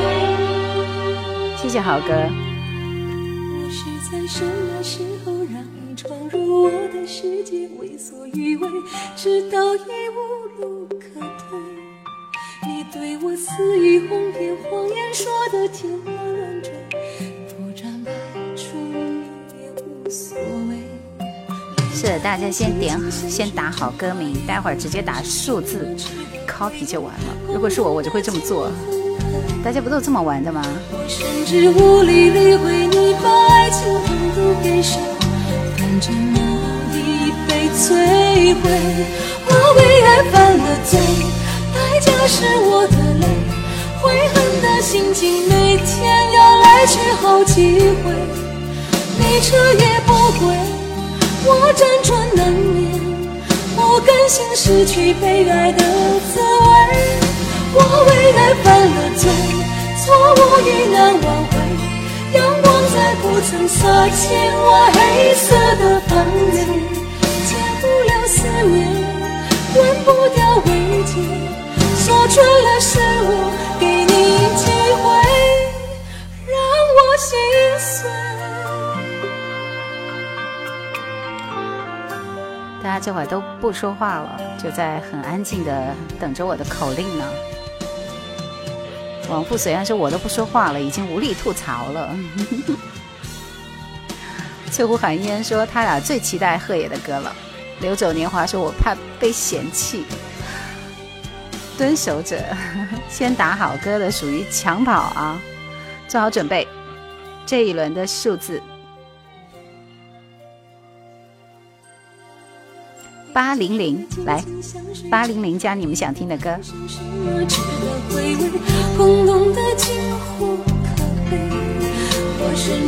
谢谢豪哥。 我是在什么时候让你闯入我的世界，为所欲为，直到已无路可退。你对我肆意哄骗，谎言说的天花乱坠，不斩百出也无所谓。 是大家先点先打好歌名，待会儿直接打数字 copy 就完了。如果是我我就会这么做，大家不都这么玩的吗？ 我甚至无力理会你把爱情狠毒给谁，反正我已被摧毁。我为爱犯了罪，代价是我的泪，悔恨的心情每天要来去好几回。你彻夜不归，我辗转难眠，不甘心失去被爱的滋味。我为爱犯了罪，错误已难挽回，阳光再不曾洒进我黑色的房间，戒不了思念，关不掉慰藉，说穿了是我给你机会，让我心碎。 大家这会儿都不说话了，就在很安静的等着我的口令呢。王富虽然说我都不说话了，已经无力吐槽了。翠湖寒烟说他俩最期待贺野的歌了。流走年华说我怕被嫌弃。蹲守者先打好歌的属于抢跑啊，做好准备，这一轮的数字八零零，来八零零加你们想听的歌。 空洞的金火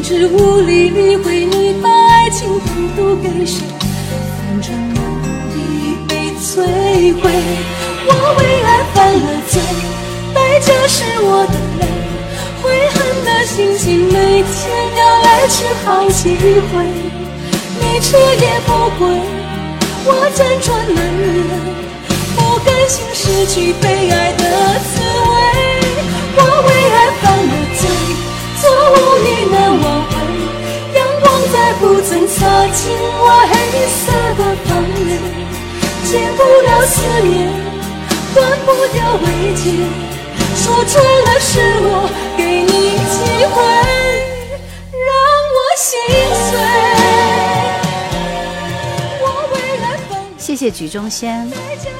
直无力理会你把爱情单独给谁，反正目的被摧毁。我为爱犯了罪，代价是我的泪，悔恨的心情每天要来吃好几回。你吃也不归，我辗转难忍，不甘心失去被爱的滋味。我为爱犯了罪，错误已难挽回，阳光再不曾擦进我黑色的房里，戒不了思念，断不掉慰藉，说穿了是我给你机会，让我心碎。我为爱犯了罪， 谢谢举中仙。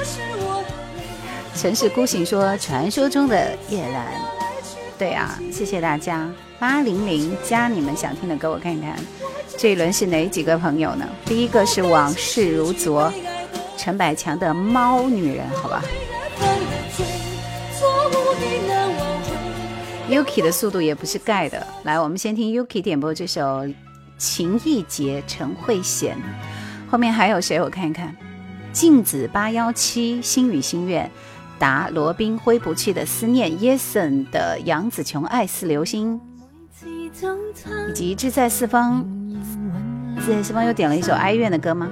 城市孤行说传说中的叶兰，对啊，谢谢大家。八零零加你们想听的歌，我看看这一轮是哪几个朋友呢？第一个是往事如昨，陈百强的猫女人，好吧。Yuki 的速度也不是盖的，来，我们先听 Yuki 点播这首情意结，陈慧娴。后面还有谁？我看一看，镜子八一七，心语心愿，答罗宾挥不去的思念 ，Yeson 的杨紫琼爱似流星，以及志在四方。志在四方又点了一首哀怨的歌吗？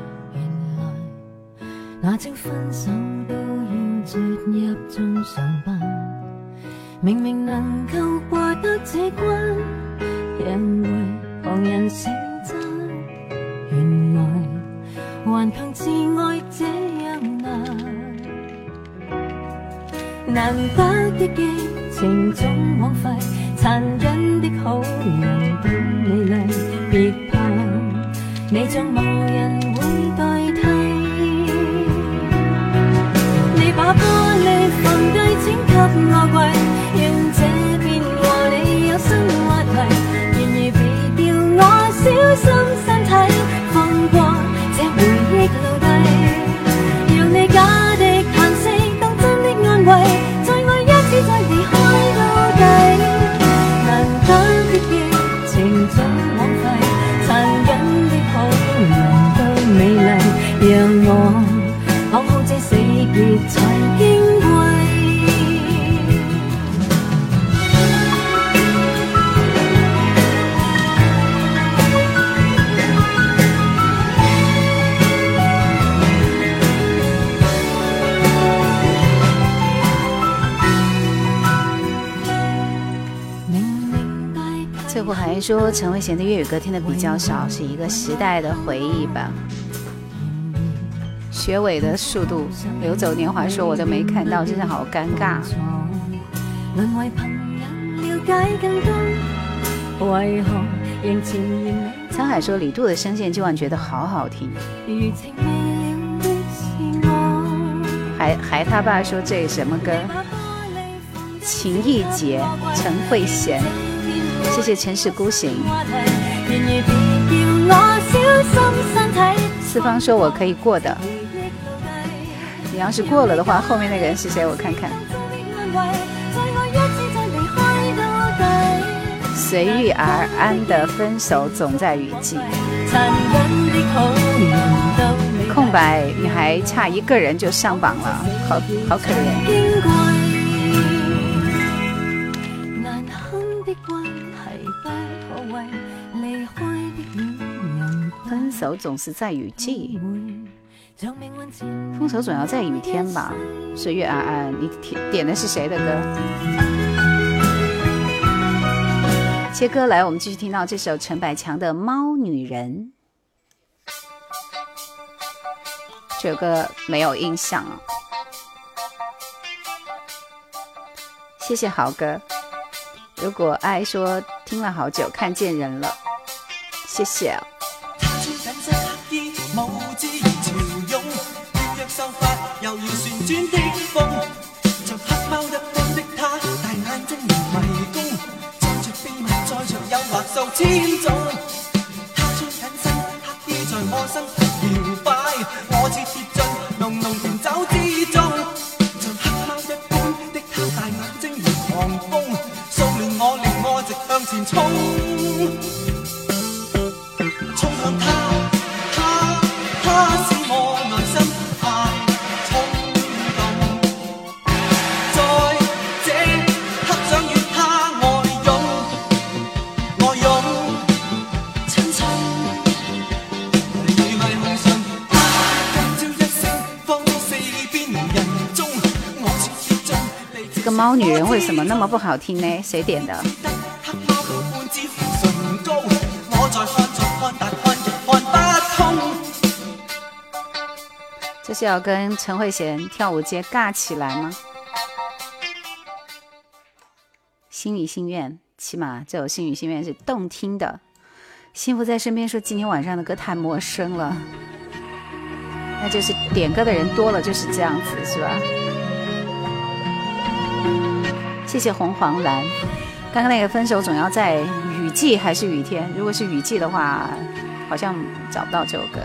那正分手都要絕入中上班，明明能夠過得這關，因為旁人成真，原來頑強自愛這樣難。難得的激情總枉費，殘忍的好人都美麗，別怕你像無人會代替。你把玻璃放低請給我跪，願這邊和你有新話題，然而別叫我小心身體，放過這回憶留低，讓你假的嘆息當真的安慰，再愛一次再離開到底。難得的激情總枉費，殘忍的好人都美麗，讓我講好這死結才矜貴。 翠湖还说陈慧娴的粤语歌听的比较少，是一个时代的回忆吧。学伟的速度，流走年华说我都没看到，真的好尴尬。沧海说李杜的声线今晚觉得好好听。还还他爸说这什么歌？情意结，陈慧娴。谢谢城市孤行。四方说我可以过的，你要是过了的话，后面那个人是谁？我看看。随遇而安的分手总在雨季。空白，你还差一个人就上榜了，好好可怜。分手总是在雨季，分手总要在雨天吧。随遇而安，你点的是谁的歌？切歌来，我们继续听到这首陈百强的《猫女人》。这首歌没有印象啊。谢谢豪哥。如果爱说听了好久，看见人了，谢谢啊。秀髮猶如旋轉的風，像黑貓一般的他，大眼睛如迷宮，再着秘密，再着誘惑數千種。他穿緊身黑衣在我身搖擺，我似跌進濃濃甜酒之中，像黑貓一般的他，大眼睛如狂風，騷亂我，令我直向前衝。 猫女人为什么那么不好听呢？谁点的？这是要跟陈慧娴跳舞街尬起来吗？心语心愿，起码这首心语心愿是动听的。幸福在身边说今天晚上的歌太陌生了，那就是点歌的人多了就是这样子，是吧？谢谢红黄蓝。刚刚那个分手总要在雨季还是雨天？如果是雨季的话，好像找不到这首歌。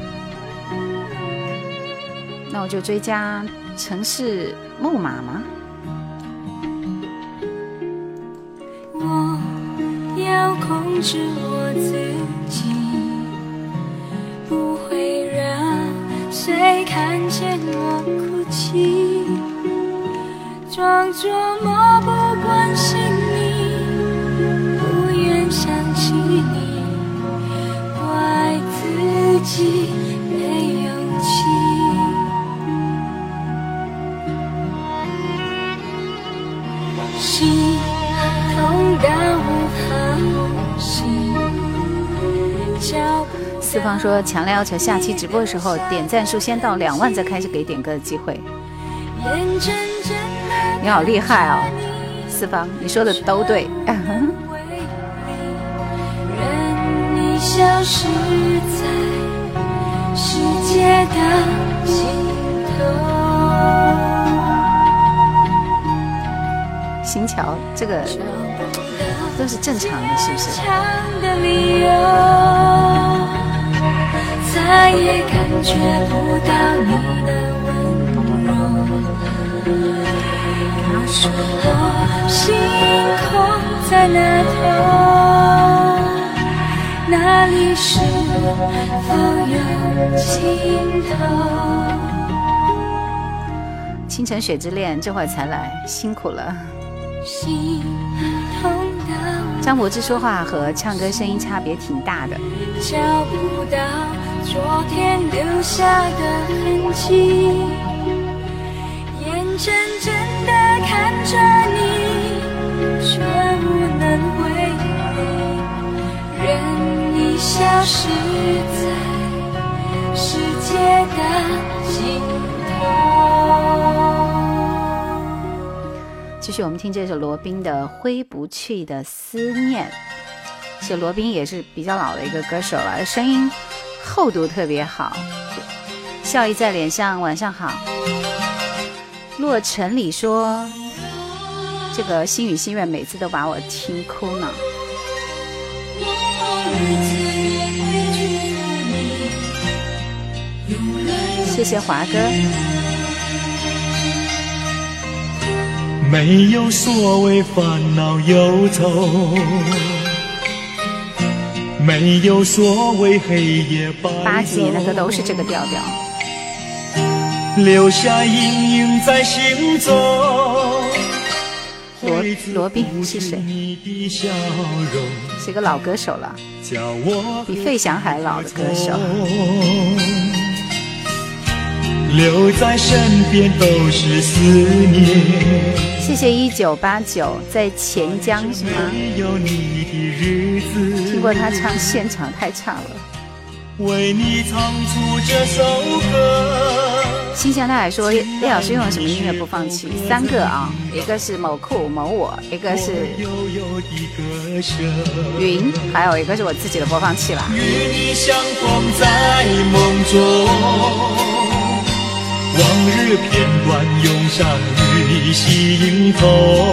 那我就追加城市木马吗？ 我要控制我自己，不会让谁看见我哭泣，装作漠不关心你，不愿想起你，怪自己没勇气。心痛到无法呼吸。 四方说强烈要求下期直播的时候点赞数先到两万再开始给点歌的机会。你好厉害哦，四方，你说的都对。 任你消失在世界的尽头。 新桥，这个都是正常的，是不是？ 再也感觉不到你的温柔。告诉我，星空在哪头？哪里是否有尽头？ 清晨雪之恋这会儿才来，辛苦了。张柏芝说话和唱歌声音差别挺大的。 找不到昨天留下的痕迹，眼睁睁地看着你，却无能为力，任你消失在世界的尽头。 继续我们听这首罗宾的《挥不去的思念》。其实罗宾也是比较老的一个歌手了，声音厚度特别好。笑意在脸上，晚上好。洛城里说这个心语心愿每次都把我听哭呢。谢谢华哥。 没有所谓烦恼忧愁，没有所谓黑夜白昼， 八几年的歌都是这个调调， 留下阴影在心中。 罗罗宾是谁？是个老歌手了，比费翔还老的歌手。 留在身边都是思念。 谢谢一九八九，在钱江是吗？听过他唱现场太差了。 为你唱出这首歌。 新乡他还说叶老师用了什么音乐播放器？三个啊，一个是某酷某我，一个是云，还有一个是我自己的播放器啦。 与你相逢在梦中。往日片段涌上与你心头，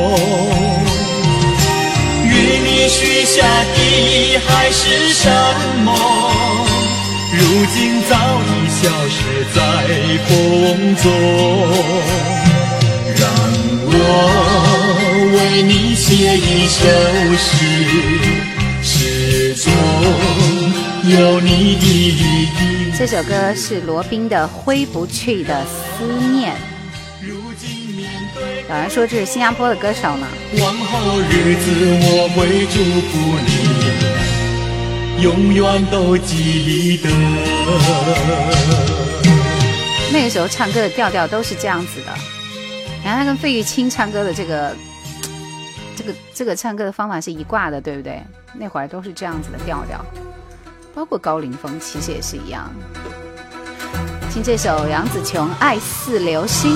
与你许下的还是什么？如今早已消失在风中。让我为你写一首诗，诗中有你的一笔。 这首歌是罗宾的《挥不去的思念》。有人说这是新加坡的歌手呢。 往后日子我会祝福你，永远都记得。 那个时候唱歌的调调都是这样子的。 然后他跟费玉清唱歌的这个这个这个唱歌的方法是一挂的，对不对？那会儿都是这样子的调调，包括高凌风其实也是一样。听这首杨紫琼《爱似流星》。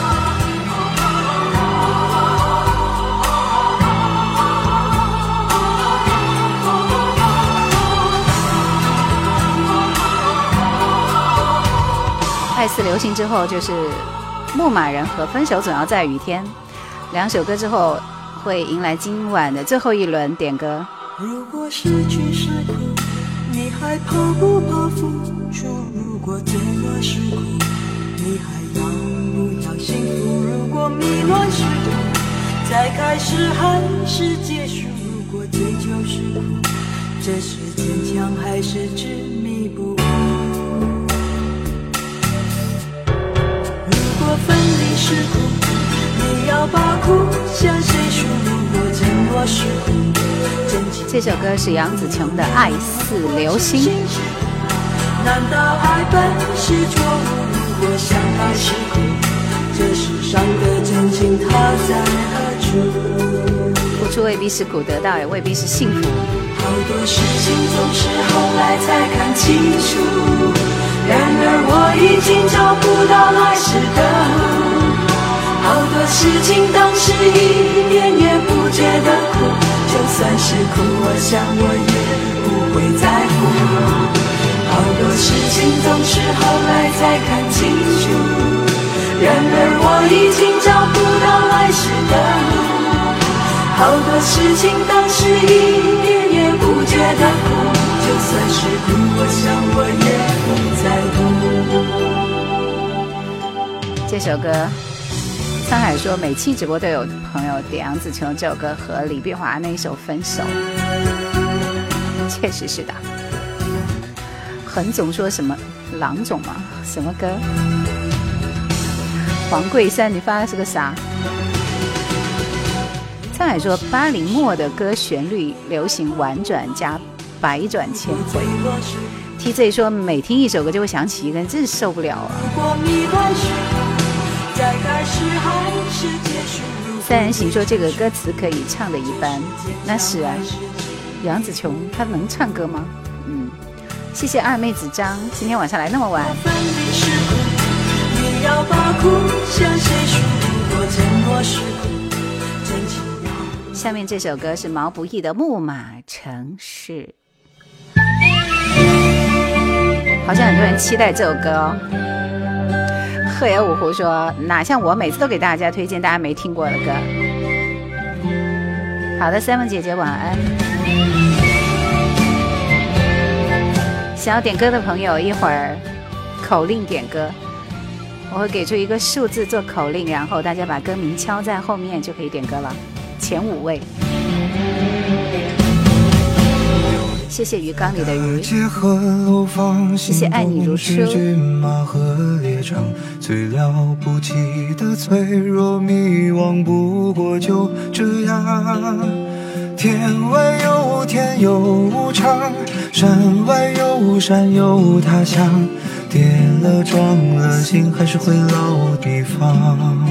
爱似流星之后就是牧马人和分手总要在雨天，两首歌之后会迎来今晚的最后一轮点歌。 如果失去是苦，你还怕不怕付出？如果坠落是苦，你还要不要幸福？如果迷乱是苦，再开始还是结束？如果追求是苦，这是坚强还是执迷不悟？如果分离是苦，你要把苦向谁说？如果承诺是苦， 这首歌是杨紫琼的《爱似流星》。 难道爱本是错误？如果相爱是苦，这世上的真情它在何处？ 付出未必是苦，得到也未必是幸福。 好多事情总是后来才看清楚，然而我已经找不到来时的路。好多事情当时一点也不觉得苦，就算是苦，我想我也不会在乎。好多事情总是后来才看清楚，然而我已经找不到来时的路。好多事情当时一点也不觉得苦，就算是苦，我想我也不在乎。这首歌沧海说每期直播都有朋友点杨紫琼这首歌和李碧华那一首分手，确实是的。恒总说什么郎总吗？什么歌？黄桂山，你发的是个啥？沧海说八零末的歌旋律流行婉转加百转千回。T J 说每听一首歌就会想起一个人，真是受不了啊。三人行说这个歌词可以唱的一般，那是啊，杨紫琼她能唱歌吗？嗯，谢谢二妹子张，今天晚上来那么晚。下面这首歌是毛不易的《木马城市》，好像很多人期待这首歌哦。鹤野五湖说哪像我每次都给大家推荐大家没听过的歌。好的 Seven 姐姐晚安。想要点歌的朋友一会儿口令点歌，我会给出一个数字做口令，然后大家把歌名敲在后面就可以点歌了，前五位。谢谢鱼缸里的鱼，谢谢爱你如初。 最了不起的脆弱迷惘不过就这样，天外有天有无常，山外有山有他乡，跌了撞了心还是会老地方。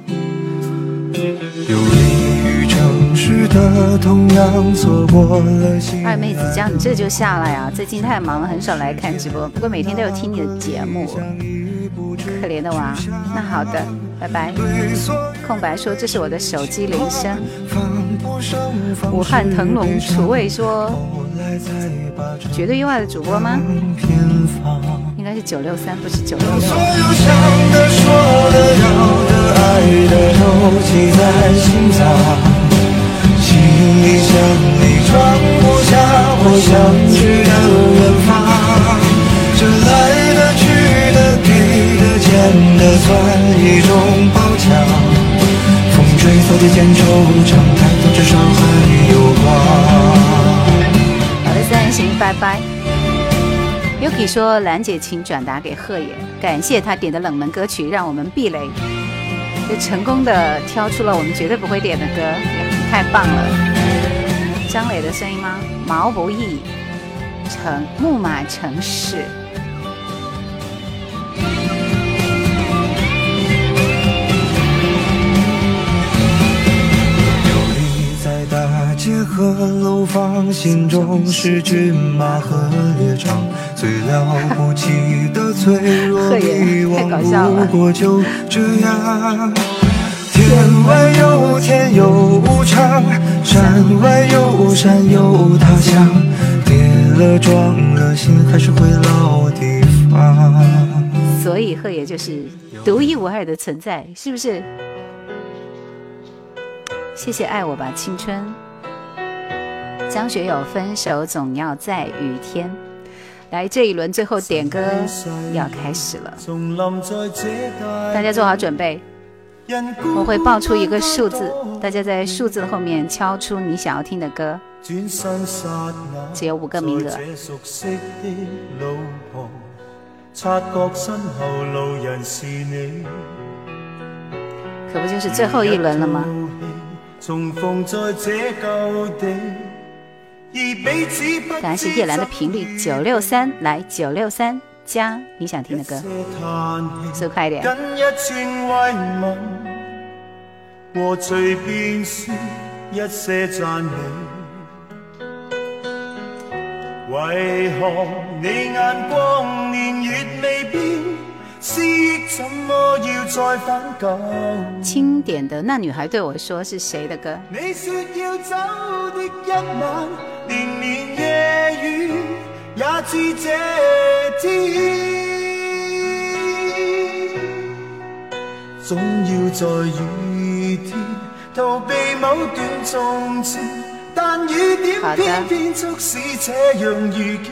有利于城市的同样错过了心。 二妹子江，你这就下来啊？最近太忙了，很少来看直播，不过每天都有听你的节目。可怜的娃，那好的，拜拜。空白说这是我的手机铃声。武汉腾龙楚卫说绝对意外的主播吗？应该是九六三，不是九六六。 所有想的说的要的爱的都记在心脏，行李箱里装不下我想去的远方，这来的去的给的欠的算一种褒奖，风吹草低见惆怅，抬头至少还有光。 好的，三人行，拜拜。Yuki 说兰姐请转达给鹤野，感谢他点的冷门歌曲让我们避雷，就成功的挑出了我们绝对不会点的歌，太棒了。张磊的声音吗？毛不易城木马城市。 和楼房，心中是骏马和猎场，最了不起的脆弱欲望，不过就这样。天外有天有无常，山外有山有他乡，跌了撞了心还是回老地方。 所以鹤爷就是独一无二的存在，是不是？谢谢爱我吧青春。张学友分手总要在雨天。来，这一轮最后点歌要开始了，大家做好准备，我会报出一个数字，大家在数字后面敲出你想要听的歌，只有五个名额。可不就是最后一轮了吗？感谢叶兰的频率九六三，来九六三加你想听的歌，速快一点。 和隨便說一些讚美，為何你眼光年月未變，思憶怎麼要再返舊？ 經典的那女孩對我說是誰的歌？ 你說要走的一晚，連綿夜雨也知這天，總要在雨天逃避某段從前，但雨點偏偏促使這樣遇見，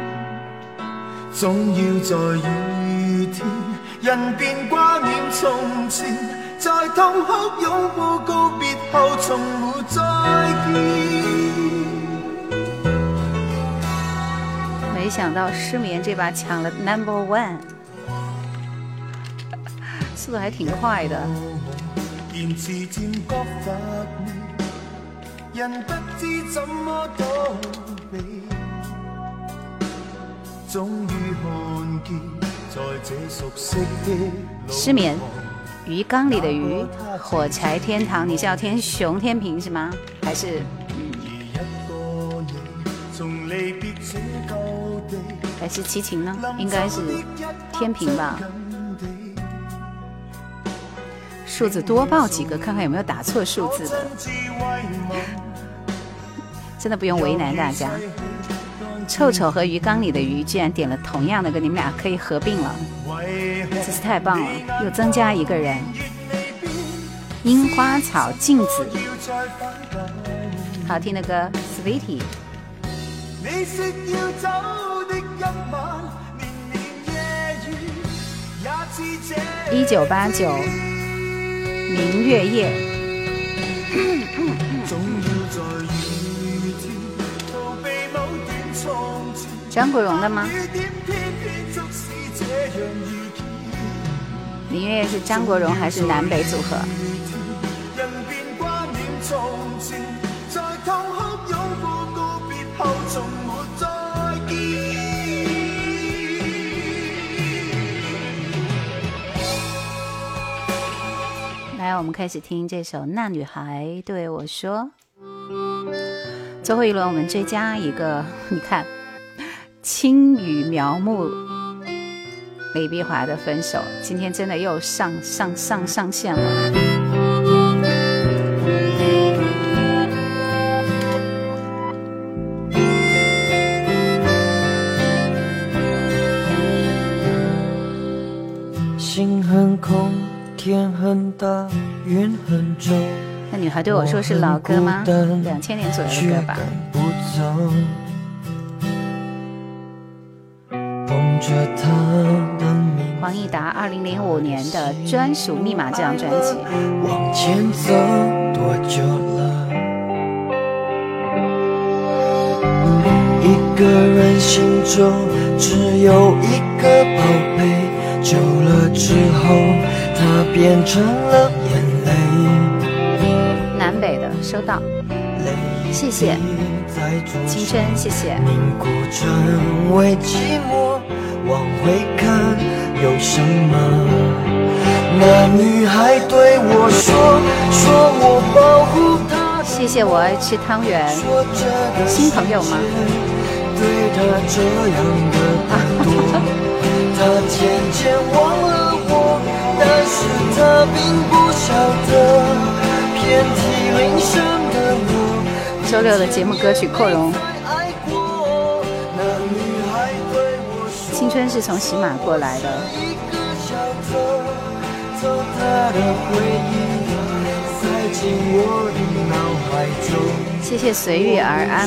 總要在雨天人便掛念從前，在痛哭擁抱告別後從沒再見。 沒想到失眠這把搶了 number one， 速度還挺快的。失眠，鱼缸里的鱼，火柴天堂，你是要填熊天平是吗？还是、嗯、还是齐秦呢？应该是天平吧。数字多报几个，看看有没有打错数字的。真的不用为难大家。臭臭和鱼缸里的鱼居然点了同样的歌，你们俩可以合并了，真是太棒了，又增加一个人。樱花草镜子，好听的歌 Sweetie。一九八九明月夜。张国荣的吗？明月夜是张国荣还是南北组合？来，我们开始听这首《那女孩对我说》。最后一轮我们追加一个，你看轻语描摹李碧华的分手，今天真的又上上上上线了。 心很空，天很大，云很重。 那女孩对我说是老歌吗？两千年左右的歌吧。黄义达二零零五年的专属密码这张专辑。 往前走多久了？一个人心中只有一个宝贝，久了之后它变成了眼泪。 南北的收到，谢谢青春，谢谢。 凝固成为寂寞，往回看有什么？那女孩对我说，说我保护她。 谢谢我爱吃汤圆，新朋友吗？ 对他这样的不多，他渐渐忘了我，但是他并不晓得，遍体鳞伤的我。 周六的节目歌曲扩容，青春是从喜马过来的。谢谢随遇而安，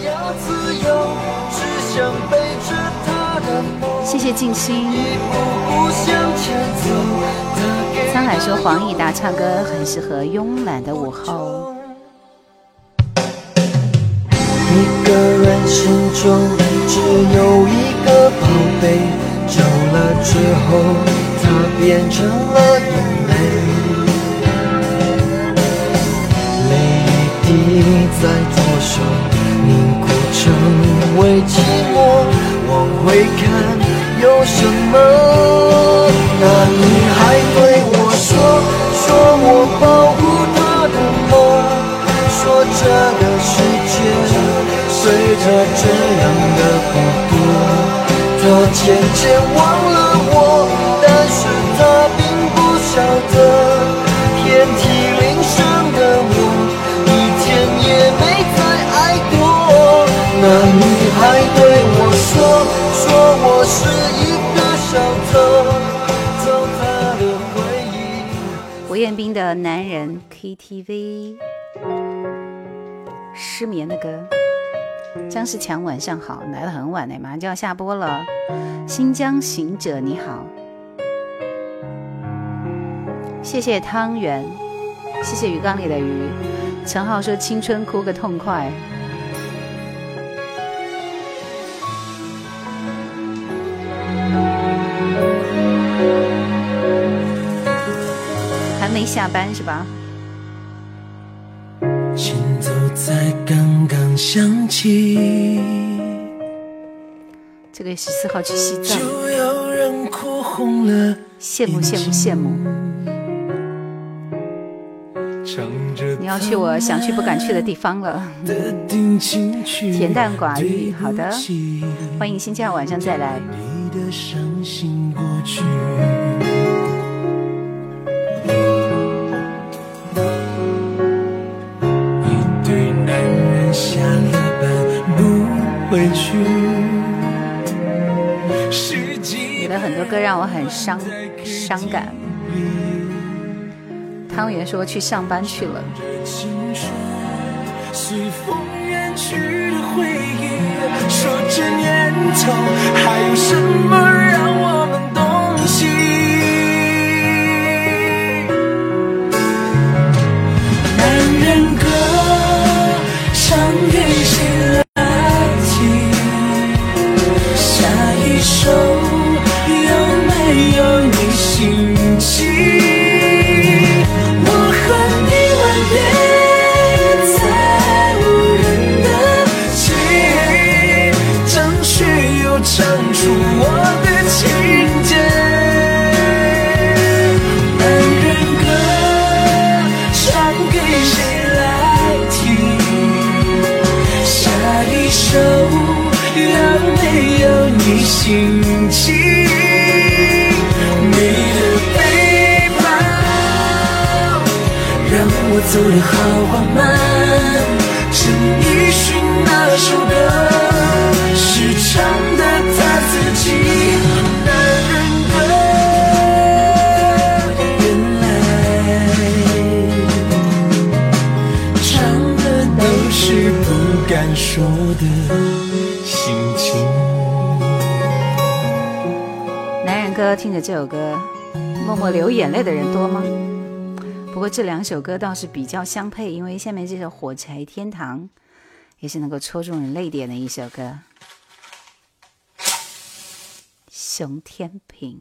谢谢静心。沧海说黄义达唱歌很适合慵懒的午后。 一个人心中只有一个宝贝，久了之后它变成了眼泪，泪一滴在左手凝固成为寂寞，往回看有什么？那女孩对我说，说我保护她的梦，说这个世界随着这样的孤独，他渐渐忘了我，但是他并不晓得，遍体鳞伤的我，一天也没再爱过。那女孩对我说，说我是一个小偷，偷她的回忆。 吴彦斌的男人 K T V， 失眠的歌。张世强晚上好，来得很晚呢，马上就要下播了。新疆行者你好，谢谢汤圆，谢谢鱼缸里的鱼。陈浩说青春哭个痛快，还没下班是吧？ 前奏才刚刚响起， 这个十四号去西藏， 就有人哭红了， 羡慕羡慕羡慕。你要去我想去不敢去的地方了。恬淡寡欲，好的，欢迎星期二晚上再来。 你的伤心过去，一对男人下了班不回去。 有的很多歌让我很伤伤感。汤圆说去上班去了。 随风远去的回忆，说这年头还有什么让我们动心？男人歌唱给谁来听？下一首有没有你心情？唱出我的情节，男人歌唱给谁来听？下一首有没有你心情？你的背包让我走得好缓慢，陈奕迅那首歌是唱的他自己。男人歌原来唱的都是不敢说的心情。 男人歌听着这首歌默默流眼泪的人多吗？不过这两首歌倒是比较相配，因为下面这首《火柴天堂》也是能够戳中人泪点的一首歌。熊天平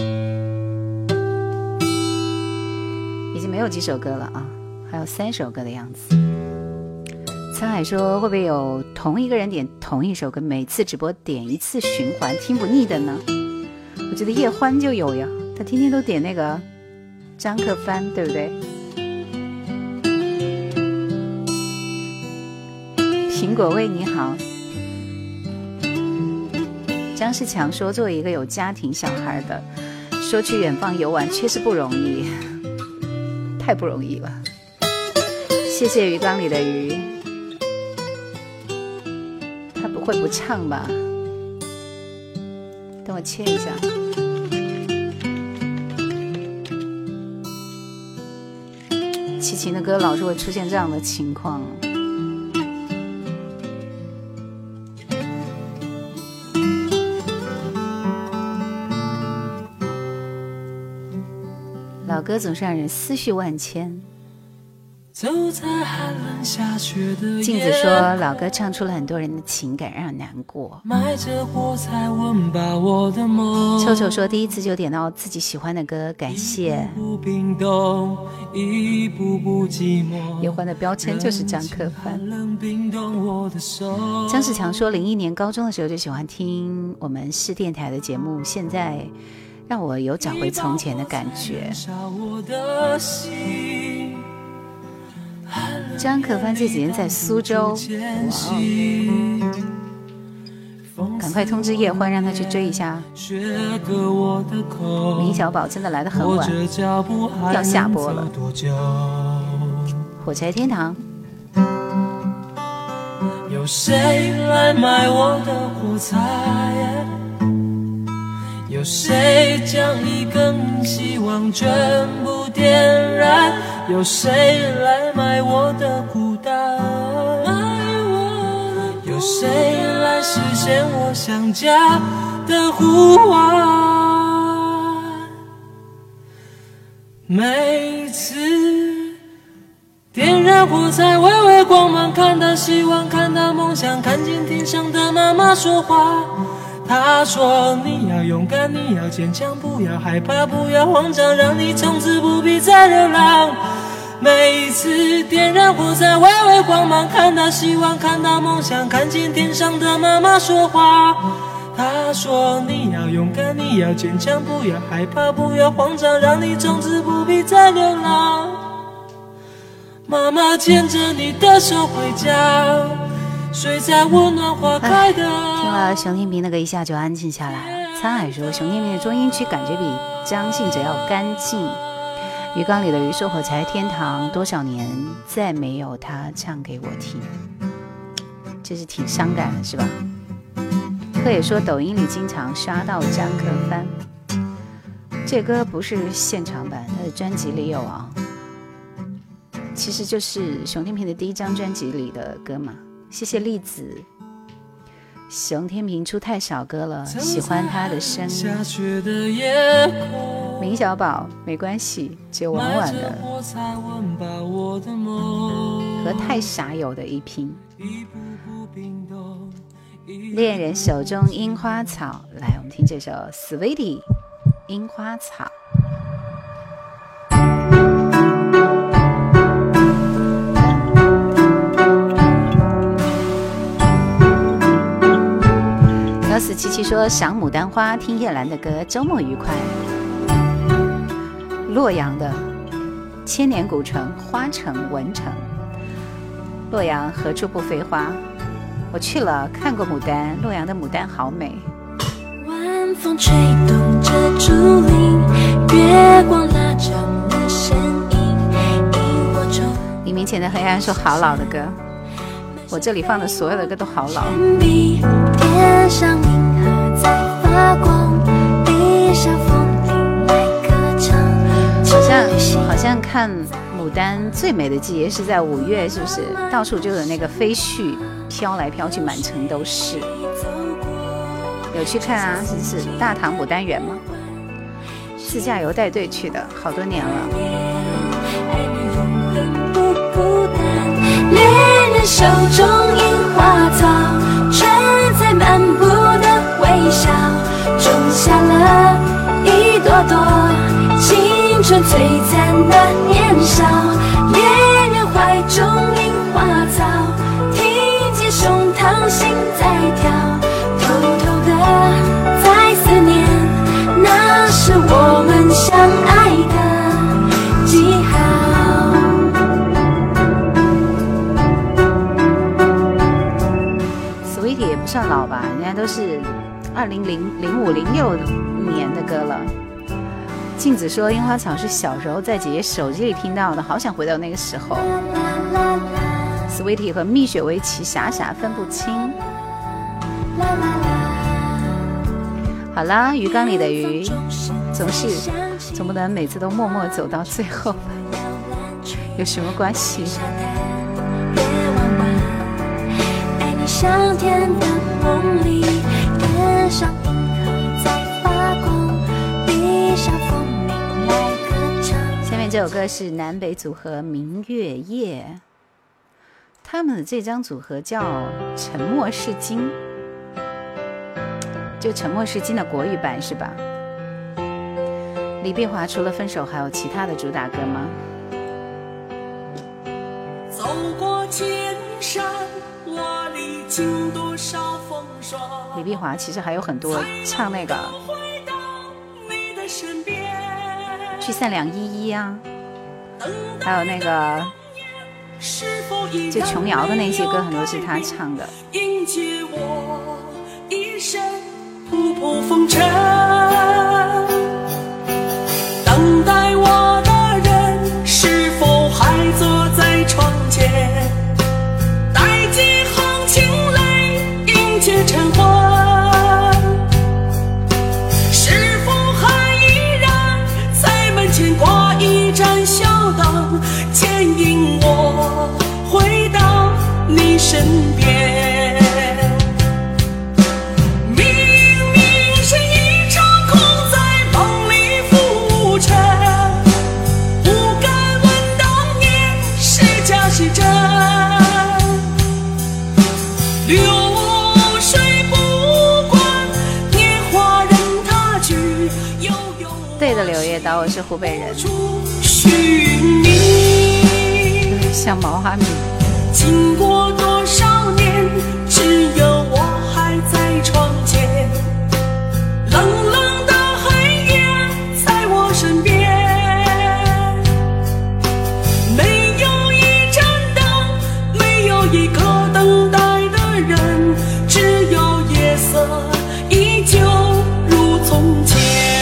已经没有几首歌了啊，还有三首歌的样子。沧海说会不会有同一个人点同一首歌，每次直播点一次循环，听不腻的呢？我觉得叶欢就有呀，他天天都点那个张克帆，对不对？ 果味你好。张世强说，作为一个有家庭小孩的，说去远方游玩确实不容易，太不容易了。谢谢鱼缸里的鱼，他不会不唱吧？等我切一下。齐秦的歌老是会出现这样的情况。老歌总是让人思绪万千。 走在寒冷下雪的夜， 镜子说老歌唱出了很多人的情感，让人难过。 埋着火柴温把我的梦。 臭臭说第一次就点到自己喜欢的歌，感谢。 一步步冰冻，一步步寂寞。 有欢的标签就是张克帆。张世强说零一年高中的时候就喜欢听我们市电台的节目，现在让我有找回从前的感觉。张可帆这几年在苏州，赶快通知叶欢让他去追一下。明小宝真的来得很晚，要下播了。火柴天堂， 有谁来买我的火柴？有谁将一根希望全部点燃？有谁来买我的孤单？有谁来实现我想家的呼唤？每次点燃火柴，微微光芒，看到希望，看到梦想，看见天上的妈妈说话。他说你要勇敢，你要坚强，不要害怕，不要慌张，让你从此不必再流浪。每一次点燃火柴，微微光芒，看到希望，看到梦想，看见天上的妈妈说话。他说你要勇敢，你要坚强，不要害怕，不要慌张，让你从此不必再流浪。妈妈牵着你的手回家，睡在温暖花开的。 听了熊天平那个一下就安静下来了。沧海说熊天平的中音区感觉比张信哲要干净。鱼缸里的鱼说火柴天堂多少年再没有他唱给我听，这是挺伤感的是吧？柯也说抖音里经常刷到张克帆，这歌不是现场版，他的专辑里有啊，其实就是熊天平的第一张专辑里的歌嘛。谢谢栗子，熊天平出太少歌了，喜欢他的声音。明小宝没关系，只有晚晚的和太傻有的一拼。恋人手中樱花草，来我们听这首 Sweetie 樱花草。幺四七七说赏牡丹花，听叶兰的歌，周末愉快。洛阳的千年古城花城文城，洛阳何处不飞花？我去了，看过牡丹，洛阳的牡丹好美。 晚风吹动着竹林，月光拉长了身影，萤火虫。 黎明前的黑暗说好老的歌，我这里放的所有的歌都好老。 天上银河在发光，地上风铃来歌唱。 好像好像看牡丹最美的季节是在五月，是不是？到处就有那个飞絮飘来飘去，满城都是。有去看啊？是是大唐牡丹园吗？自驾游带队去的，好多年了。 恋人手中樱花草，春在漫步的微笑，种下了一朵朵青春璀璨的年少。恋人怀中樱花草，听见胸膛心在跳，偷偷的在思念，那是我们相爱的记号。 不算老吧，人家都是二零零零五零六年的歌了。镜子说樱花草是小时候在姐姐手机里听到的，好想回到那个时候。Sweetie 和蜜雪薇琪傻傻分不清。好啦，鱼缸里的鱼总是总不能每次都默默走到最后吧，有什么关系？ 上天的梦里，天上银河在发光，闭上风铃来歌唱。 下面这首歌是南北组合明月夜，他们的这张组合叫沉默是金，就沉默是金的国语版是吧？李碧华除了分手还有其他的主打歌吗？ 走过千山万里，经多少风霜。 李碧华其实还有很多唱那个聚散两依依啊，还有那个就琼瑶的那些歌很多是他唱的。 迎接我一生仆仆风尘，等待我的人是否还坐在窗前，待几行清泪迎接晨昏，是否还依然在门前挂一盏小灯，牵引我回到你身边。是真，流水不管年华任它去，悠悠对的，柳叶刀，我是湖北人。 寻觅， 像毛哈密。 经过多少年，只有我还在窗前，冷冷的黑夜在我身边。一个等待的人，只有夜色依旧如从前。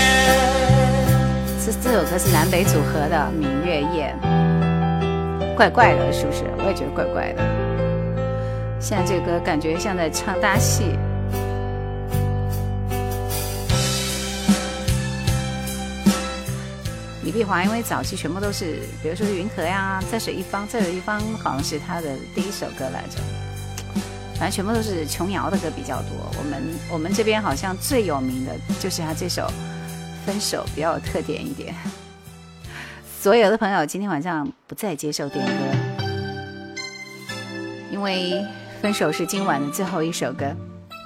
这这首歌是南北组合的《明月夜》，怪怪的，是不是？我也觉得怪怪的。现在这个歌感觉像在唱大戏。李碧华因为早期全部都是，比如说云河呀、在水一方，在水一方好像是他的第一首歌来着，反正全部都是琼瑶的歌比较多。我们我们这边好像最有名的就是他这首《分手》，比较有特点一点。所有的朋友今天晚上不再接受点歌，因为《分手》是今晚的最后一首歌，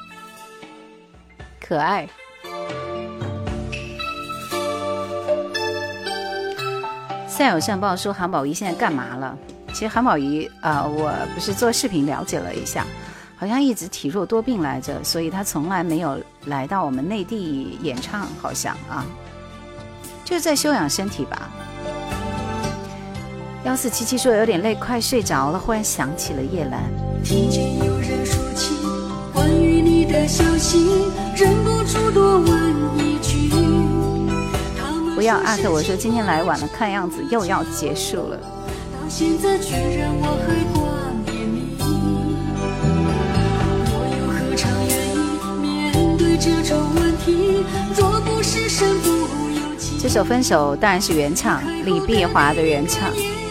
可爱。赛友上报说韩宝仪现在干嘛了？其实韩宝仪啊、呃，我不是做视频了解了一下，好像一直体弱多病来着，所以他从来没有来到我们内地演唱，好像啊，就是在休养身体吧。幺四七七说有点累，快睡着了，忽然想起了叶兰。 听见有人说起关于你的消息，忍不住多问一句。 不要艾特我说今天来晚了，看样子又要结束了。 到现在居然我还挂念你，我又何尝愿意面对这种问题？若不是身不由己。 这首《分手》当然是原唱，李碧华的原唱。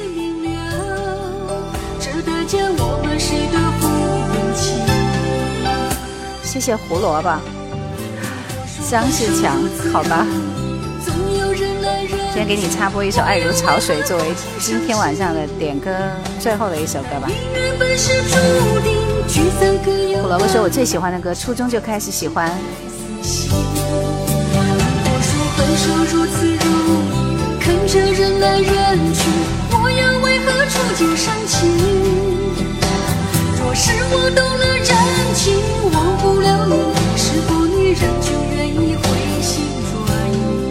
这代价我们谁都不用起。 谢谢胡萝卜，张世强，好吧。今天给你插播一首《爱如潮水》，作为今天晚上的点歌最后的一首歌吧。胡萝卜说我最喜欢的歌，初中就开始喜欢。 我说分手如此容易，看着人来人去，我又为何触景伤情？若是我懂了人情，忘不了你，是否你仍旧愿意回心转意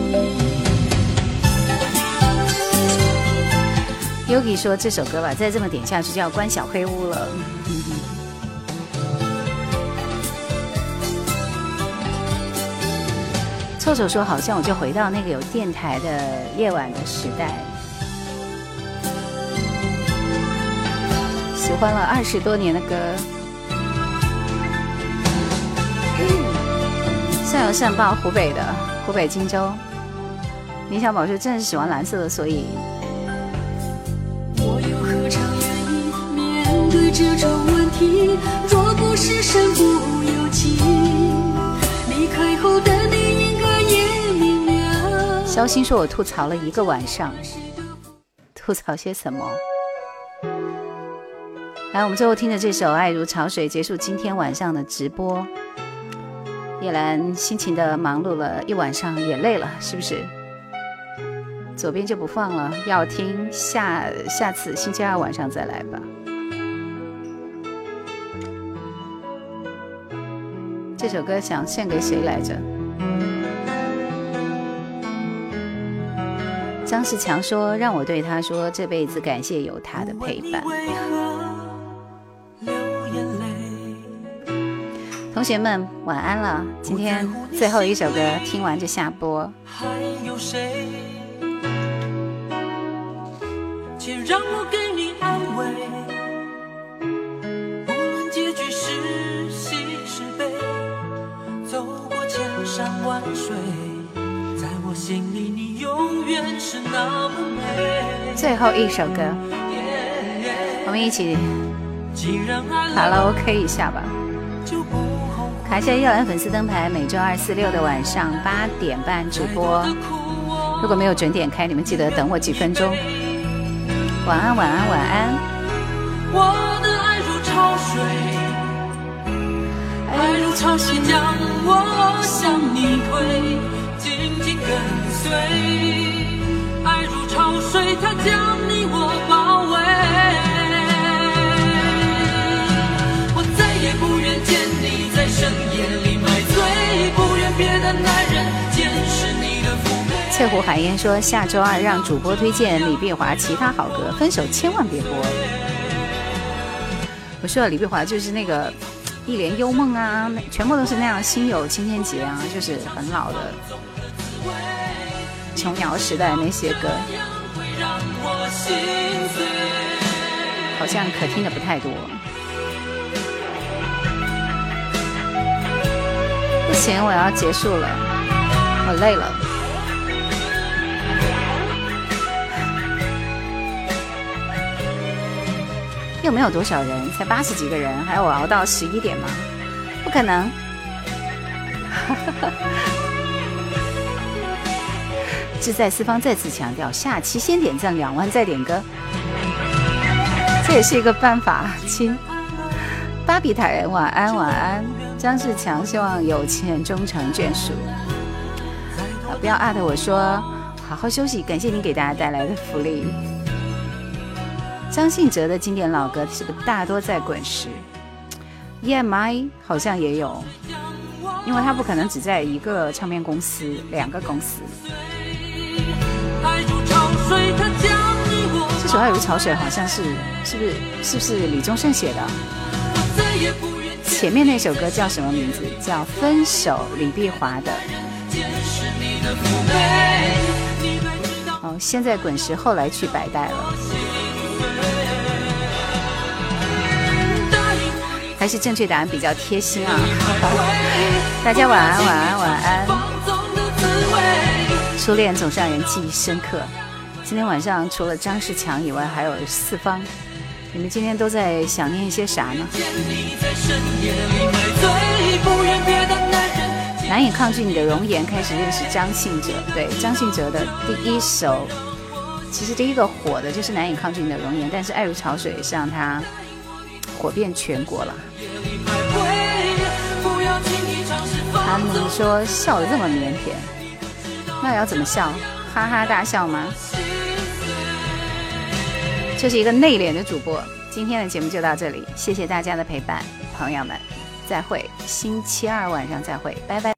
？Yogi 说这首歌吧，再这么点下去就要关小黑屋了。 臭手说好像我就回到那个有电台的夜晚的时代，喜欢了二十多年的歌。善有善报，湖北的湖北荆州。林小宝说真的是喜欢蓝色的，所以我又何尝愿意面对这种问题，若不是身不由己，离开后的你应该也明了。 肖鑫说我吐槽了一个晚上，吐槽些什么？来，我们最后听着这首《爱如潮水》结束今天晚上的直播。叶兰辛勤的忙碌了一晚上，也累了，是不是？左边就不放了，要听下下次星期二晚上再来吧。这首歌想献给谁来着？张世强说让我对他说这辈子感谢有他的陪伴。同学们晚安了，今天最后一首歌听完就下播。 还有谁请让我给你安慰，无论结局是喜是悲，走过千山万水，在我心里你永远是那么美。 最后一首歌我们一起卡拉 OK 一下吧。卡一下叶兰粉丝灯牌，每周二四六的晚上八点半直播，如果没有准点开，你们记得等我几分钟。晚安晚安晚安。 我的爱如潮水，爱如潮水将我向你推，紧紧跟随，爱如潮水它将你我包围，我再也不愿见你在深夜里买醉，不愿别的男人见识你的妩媚。 翠湖海烟说下周二让主播推荐李碧华其他好歌，分手千万别播。我说的李碧华就是那个一帘幽梦啊，全部都是那样，心有青天劫啊，就是很老的琼瑶时代那些歌，好像可听的不太多。不行，我要结束了，我累了。又没有多少人，才八十几个人，还有我熬到十一点吗？不可能。志在四方再次强调，下期先点赞两万再点歌，这也是一个办法。亲，巴比塔人晚安晚安。张志强希望有情人终成眷属。啊，不要艾特我说好好休息，感谢您给大家带来的福利。张信哲的经典老歌是不是大多在滚石 ？E M I 好像也有，因为他不可能只在一个唱片公司，两个公司。这首《爱如潮水》好像是是不是是不是李宗盛写的？前面那首歌叫什么名字？叫《分手》，李碧华的。哦，现在滚石，后来去百代了。还是正确答案比较贴心啊！大家晚安，晚安，晚安。初恋总是让人记忆深刻。今天晚上除了张世强以外，还有四方。你们今天都在想念一些啥呢？难以抗拒你的容颜，开始认识张信哲。对，张信哲的第一首，其实第一个火的就是难以抗拒你的容颜，但是爱如潮水是让他火遍全国了。他们说笑得这么腼腆，那要怎么笑？哈哈大笑吗？这是一个内敛的主播。今天的节目就到这里，谢谢大家的陪伴，朋友们，再会，星期二晚上再会，拜拜。